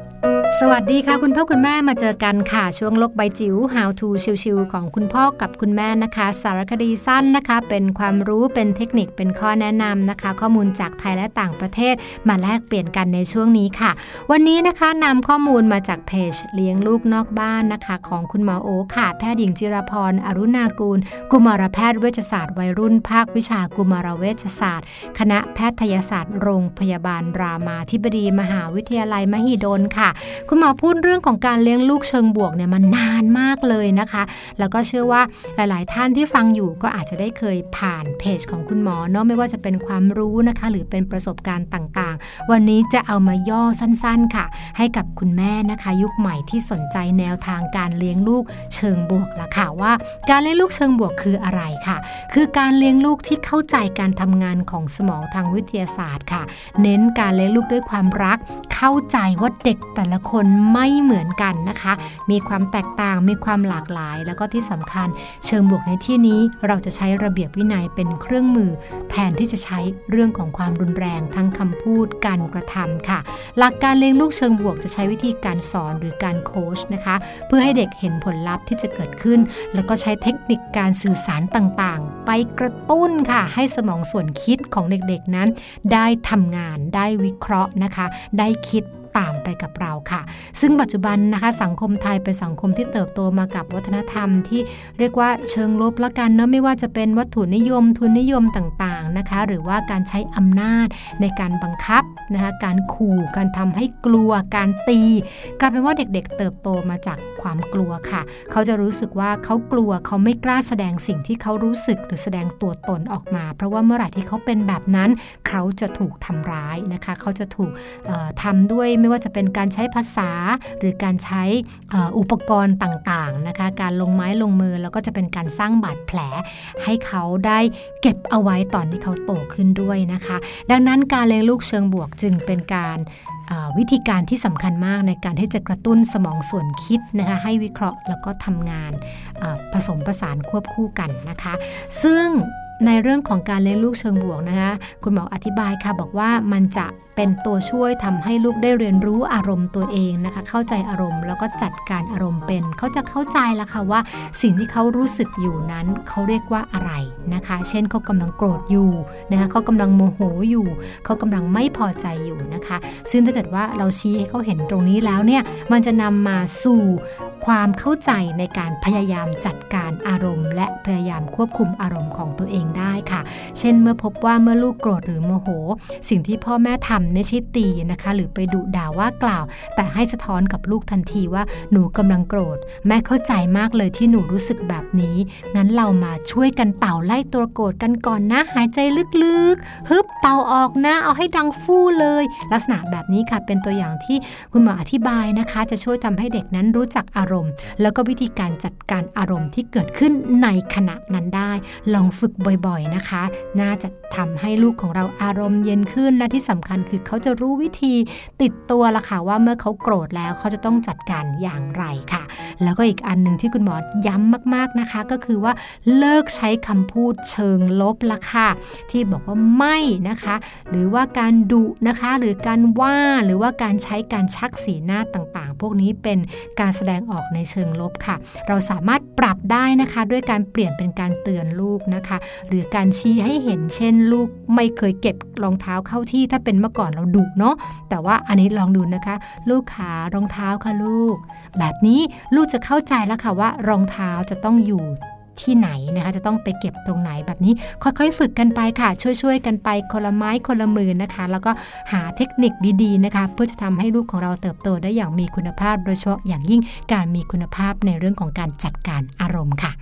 สวัสดีค่ะคุณพ่อคุณแม่มาเจอกันค่ะช่วงโลกใบจิ๋ว How to ชิวๆของคุณพ่อกับคุณแม่นะคะสารคดีสั้นนะคะเป็นความรู้เป็นเทคนิคเป็นข้อแนะนำนะคะข้อมูลจากไทยและต่างประเทศมาแลกเปลี่ยนกันในช่วงนี้ค่ะวันนี้นะคะนำข้อมูลมาจากเพจเลี้ยงลูกนอกบ้านนะคะของคุณหมอโอค่ะแพทย์หญิงจิรพรอรุณากูลกุมารแพทย์เวชศาสตร์วัยรุ่นภาควิชากุมารเวชศาสตร์คณะแพทยศาสตร์โรงพยาบาลรามาธิบดีมหาวิทยาลัยมหิดลค่ะคุณหมอพูดเรื่องของการเลี้ยงลูกเชิงบวกเนี่ยมันนานมากเลยนะคะแล้วก็เชื่อว่าหลายๆท่านที่ฟังอยู่ก็อาจจะได้เคยผ่านเพจของคุณหมอเนาะไม่ว่าจะเป็นความรู้นะคะหรือเป็นประสบการณ์ต่างๆวันนี้จะเอามาย่อสั้นๆค่ะให้กับคุณแม่นะคะยุคใหม่ที่สนใจแนวทางการเลี้ยงลูกเชิงบวกละค่ะว่าการเลี้ยงลูกเชิงบวกคืออะไรค่ะคือการเลี้ยงลูกที่เข้าใจการทำงานของสมองทางวิทยาศาสตร์ค่ะเน้นการเลี้ยงลูกด้วยความรักเข้าใจว่าเด็กแต่ละคนไม่เหมือนกันนะคะมีความแตกต่างมีความหลากหลายแล้วก็ที่สำคัญเชิงบวกในที่นี้เราจะใช้ระเบียบวินัยเป็นเครื่องมือแทนที่จะใช้เรื่องของความรุนแรงทั้งคำพูดการกระทำค่ะหลักการเลี้ยงลูกเชิงบวกจะใช้วิธีการสอนหรือการโค้ชนะคะเพื่อให้เด็กเห็นผลลัพธ์ที่จะเกิดขึ้นแล้วก็ใช้เทคนิคการสื่อสารต่างๆไปกระตุ้นค่ะให้สมองส่วนคิดของเด็กๆนั้นได้ทำงานได้วิเคราะห์นะคะได้คิดตามไปกับเราค่ะซึ่งปัจจุบันนะคะสังคมไทยเป็นสังคมที่เติบโตมากับวัฒนธรรมที่เรียกว่าเชิงลบละกันเนาะไม่ว่าจะเป็นวัตถุนิยมทุนนิยมต่างๆนะคะหรือว่าการใช้อำนาจในการบังคับนะคะการขู่การทำให้กลัวการตีกลายเป็นว่าเด็กๆเติบโตมาจากความกลัวค่ะเขาจะรู้สึกว่าเขากลัวเขาไม่กล้าแสดงสิ่งที่เขารู้สึกหรือแสดงตัวตนออกมาเพราะว่าเมื่อไหร่ที่เขาเป็นแบบนั้นเขาจะถูกทำร้ายนะคะเขาจะถูกทำด้วยไม่ว่าจะเป็นการใช้ภาษาหรือการใช้อุปกรณ์ต่างๆนะคะการลงไม้ลงมือแล้วก็จะเป็นการสร้างบาดแผลให้เขาได้เก็บเอาไว้ตอนที่เขาโตขึ้นด้วยนะคะดังนั้นการเลี้ยงลูกเชิงบวกจึงเป็นการวิธีการที่สำคัญมากในการที่จะกระตุ้นสมองส่วนคิดนะคะให้วิเคราะห์แล้วก็ทำงานผสมผสานควบคู่กันนะคะซึ่งในเรื่องของการเลี้ยงลูกเชิงบวกนะคะคุณหมออธิบายค่ะบอกว่ามันจะเป็นตัวช่วยทำให้ลูกได้เรียนรู้อารมณ์ตัวเองนะคะเข้าใจอารมณ์แล้วก็จัดการอารมณ์เป็นเขาจะเข้าใจแล้วค่ะว่าสิ่งที่เขารู้สึกอยู่นั้นเขาเรียกว่าอะไรนะคะเช่นเขากำลังโกรธอยู่นะคะเขากำลังโมโหอยู่เขากำลังไม่พอใจอยู่นะคะซึ่งถ้าเกิดว่าเราชี้ให้เขาเห็นตรงนี้แล้วเนี่ยมันจะนำมาสู่ความเข้าใจในการพยายามจัดการอารมณ์และพยายามควบคุมอารมณ์ของตัวเองได้ค่ะเช่นเมื่อพบว่าเมื่อลูกโกรธหรือโมโหสิ่งที่พ่อแม่ทำไม่ใช่ตีนะคะหรือไปดุด่าว่ากล่าวแต่ให้สะท้อนกับลูกทันทีว่าหนูกำลังโกรธแม่เข้าใจมากเลยที่หนูรู้สึกแบบนี้งั้นเรามาช่วยกันเป่าไล่ตัวโกรธกันก่อนนะหายใจลึกๆฮึบเป่าออกนะเอาให้ดังฟู่เลยลักษณะแบบนี้ค่ะเป็นตัวอย่างที่คุณหมออธิบายนะคะจะช่วยทำให้เด็กนั้นรู้จักอารมณ์แล้วก็วิธีการจัดการอารมณ์ที่เกิดขึ้นในขณะนั้นได้ลองฝึกบ่อยๆนะคะน่าจะทำให้ลูกของเราอารมณ์เย็นขึ้นและที่สำคัญคือเขาจะรู้วิธีติดตัวละค่ะว่าเมื่อเขาโกรธแล้วเขาจะต้องจัดการอย่างไรค่ะแล้วก็อีกอันนึงที่คุณหมอย้ำมากๆนะคะก็คือว่าเลิกใช้คำพูดเชิงลบละค่ะที่บอกว่าไม่นะคะหรือว่าการดุนะคะหรือการว่าหรือว่าการใช้การชักสีหน้าต่างๆพวกนี้เป็นการแสดงออกในเชิงลบค่ะเราสามารถปรับได้นะคะด้วยการเปลี่ยนเป็นการเตือนลูกนะคะหรือการชี้ให้เห็นเช่นลูกไม่เคยเก็บรองเท้าเข้าที่ถ้าเป็นเมื่อก่อนเราดุเนาะแต่ว่าอันนี้ลองดูนะคะลูกขารองเท้าค่ะลูกแบบนี้ลูกจะเข้าใจแล้วค่ะว่ารองเท้าจะต้องอยู่ที่ไหนนะคะจะต้องไปเก็บตรงไหนแบบนี้ค่อยๆฝึกกันไปค่ะช่วยๆกันไปคนละไม้คนละมือนะคะแล้วก็หาเทคนิคดีๆนะคะเพื่อจะทำให้ลูกของเราเติบโตได้อย่างมีคุณภาพโดยเฉพาะอย่างยิ่งการมีคุณภาพในเรื่องของการจัดการอารมณ์ค่ะ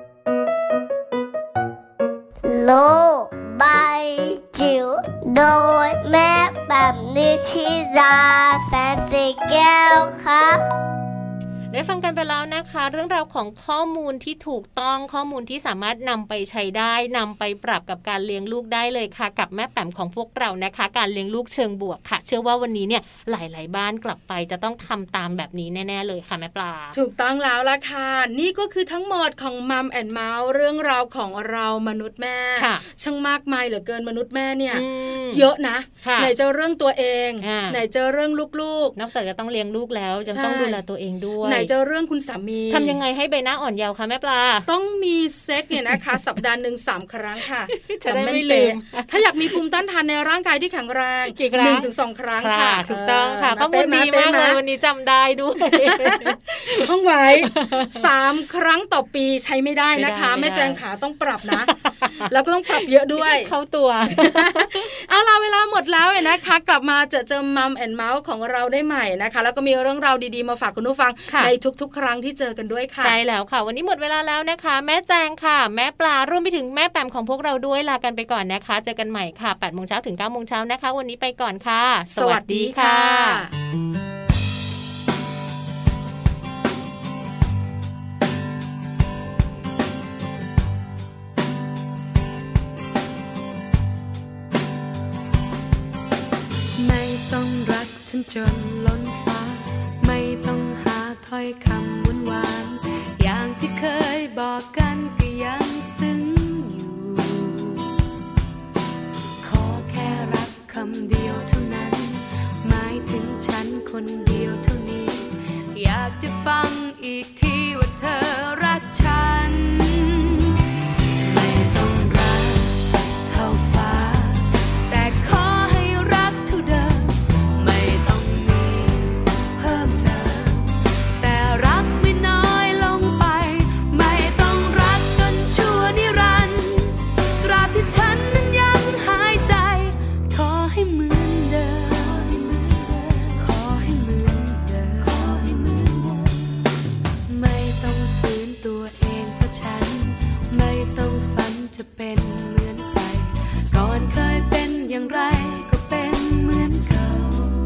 โลกใบจิ๋วโดยแม่แบบนิชิราแสนสีแก้วครับได้ฟังกันไปแล้วนะคะเรื่องราวของข้อมูลที่ถูกต้องข้อมูลที่สามารถนำไปใช้ได้นำไปปรับกับการเลี้ยงลูกได้เลยค่ะกับแม่แป๋มของพวกเรานะคะการเลี้ยงลูกเชิงบวกค่ะเชื่อว่าวันนี้เนี่ยหลายๆบ้านกลับไปจะต้องทำตามแบบนี้แน่ๆเลยค่ะแม่ปลาถูกต้องแล้วล่ะค่ะนี่ก็คือทั้งหมดของมัมแอนด์เมาส์เรื่องราวของเรามนุษย์แม่ช่างมากมายเหลือเกินมนุษย์แม่เนี่ยเยอะนะไหนจะเรื่องตัวเองไหนจะเรื่องลูกๆนอกจากจะต้องเลี้ยงลูกแล้วจะต้องดูแลตัวเองด้วยไหนจะเรื่องคุณสามีทำยังไงให้ใบหน้าอ่อนเยาว์คะแม่ปลาต้องมีเซ็กเนี่ยนะคะสัปดาห์หนึ่งสามครั้งค่ะจะได้ไม่ลืมถ้าอยากมีภูมิต้านทานในร่างกายที่แข็งแรงหนึ่งถึงสองครั้งค่ะถูกต้องค่ะข้อมูลดีมากเลยวันนี้จำได้ด้วยท่องไว้สามครั้งต่อปีใช้ไม่ได้นะคะแม่แจงขาต้องปรับนะแล้วก็ต้องปรับเยอะด้วยเข้าตัวเอาล่ะเวลาหมดแล้วนะคะกลับมาเจอเจอมัมแอนด์เมาส์ของเราได้ใหม่นะคะแล้วก็มีเรื่องราวดีๆมาฝากคุณผู้ฟังในทุกๆครั้งที่เจอกันด้วยค่ะใช่แล้วค่ะวันนี้หมดเวลาแล้วนะคะแม่แจงค่ะแม่ปลารวมไปถึงแม่แปมของพวกเราด้วยลากันไปก่อนนะคะเจอกันใหม่ค่ะ แปดโมง เช้าถึง เก้าโมง เช้านะคะวันนี้ไปก่อนค่ะสวัสดีค่ะไม่ต้องรักฉันจนล้นฟ้าไม่ต้องหาถ้อยคำหวานหวานอย่างที่เคยบอกกันก็ยังซึ้งอยู่ขอแค่รักคำเดียวเท่านั้นหมายถึงฉันคนเดียวเท่านี้อยากจะฟังอีกทีว่าเธอรักฉันไม่ต้องรักเท่าฟ้าแต่ขอให้รักเท่าเดิมไม่ต้องมีเพิ่มเติมแต่รักไม่น้อยลงไปไม่ต้องรักจนชั่วนิรันดร์ตราบที่ฉันนั้นยังหายใจขอให้เหมือนเดิมขอให้เหมือนเดิมไม่ต้องฝืนตัวเองเพราะฉันไม่ต้องฝันจะเป็นเหมือนใครก่อนเคยเป็นอย่างไรก็เป็นเหมือนเก่า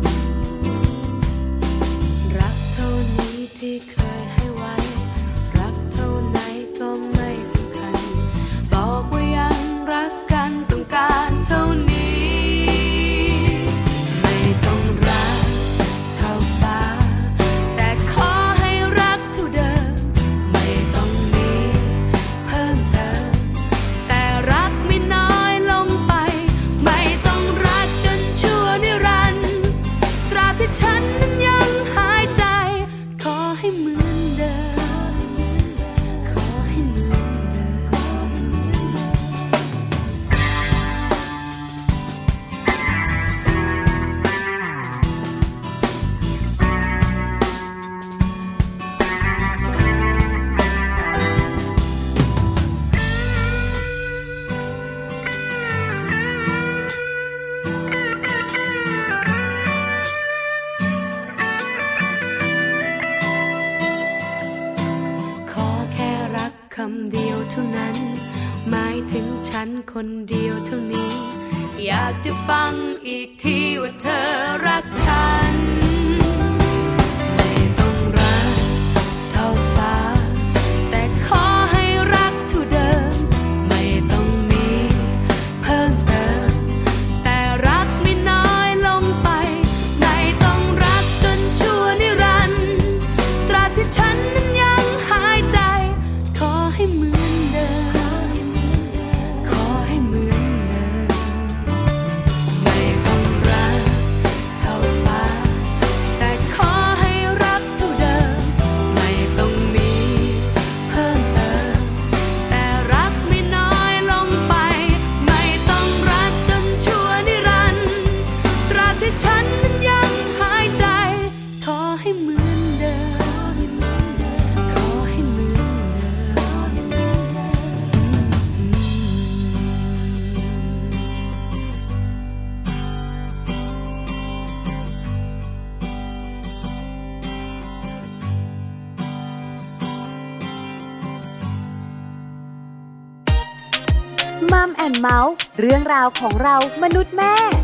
รักเท่านี้ที่เคยให้ไว้รักเท่าไหนก็ไม่สำคัญบอกว่ายังรักกันต้องการเท่านี้ไม่ต้องรักเท่าฟ้าแต่ขอให้รักเท่าเดิมไม่ต้องมีเพิ่มเติมแต่รักไม่น้อยลงไปไม่ต้องรักจนชั่วนิรันดร์ตราบที่ฉันนั้นยังหายใจขอให้เหมือนเดิมขอให้เหมือนเดิมขอแค่รักคำเดียวเท่านั้นหมายถึงฉันคนเดียวเท่านี้อยากจะฟังอีกทีว่าเธอรักฉันไม่ต้องรักเท่าฟ้าแต่ขอให้รักเท่าเดิมไม่ต้องมีเพิ่มเติมแต่รักไม่น้อยลงไปไม่ต้องรักจนชั่วนิรันดร์ตราบที่ฉันนั้นยังหายใจขอให้เหมือนเดิมขอให้เหมือนเดิมไม่ต้องรักเท่าฟ้าแต่ขอให้รักเท่าเดิมไม่ต้องมีเพิ่มเติมแต่รักไม่น้อยลงไปไม่ต้องรักจนชั่วนิรันดร์ตราบที่ฉันนั้นยังหายใจขอให้เหมือนเดิมขอให้เหมือนเดิมมัมแอนด์เมาส์เรื่องราวของเรามนุษย์แม่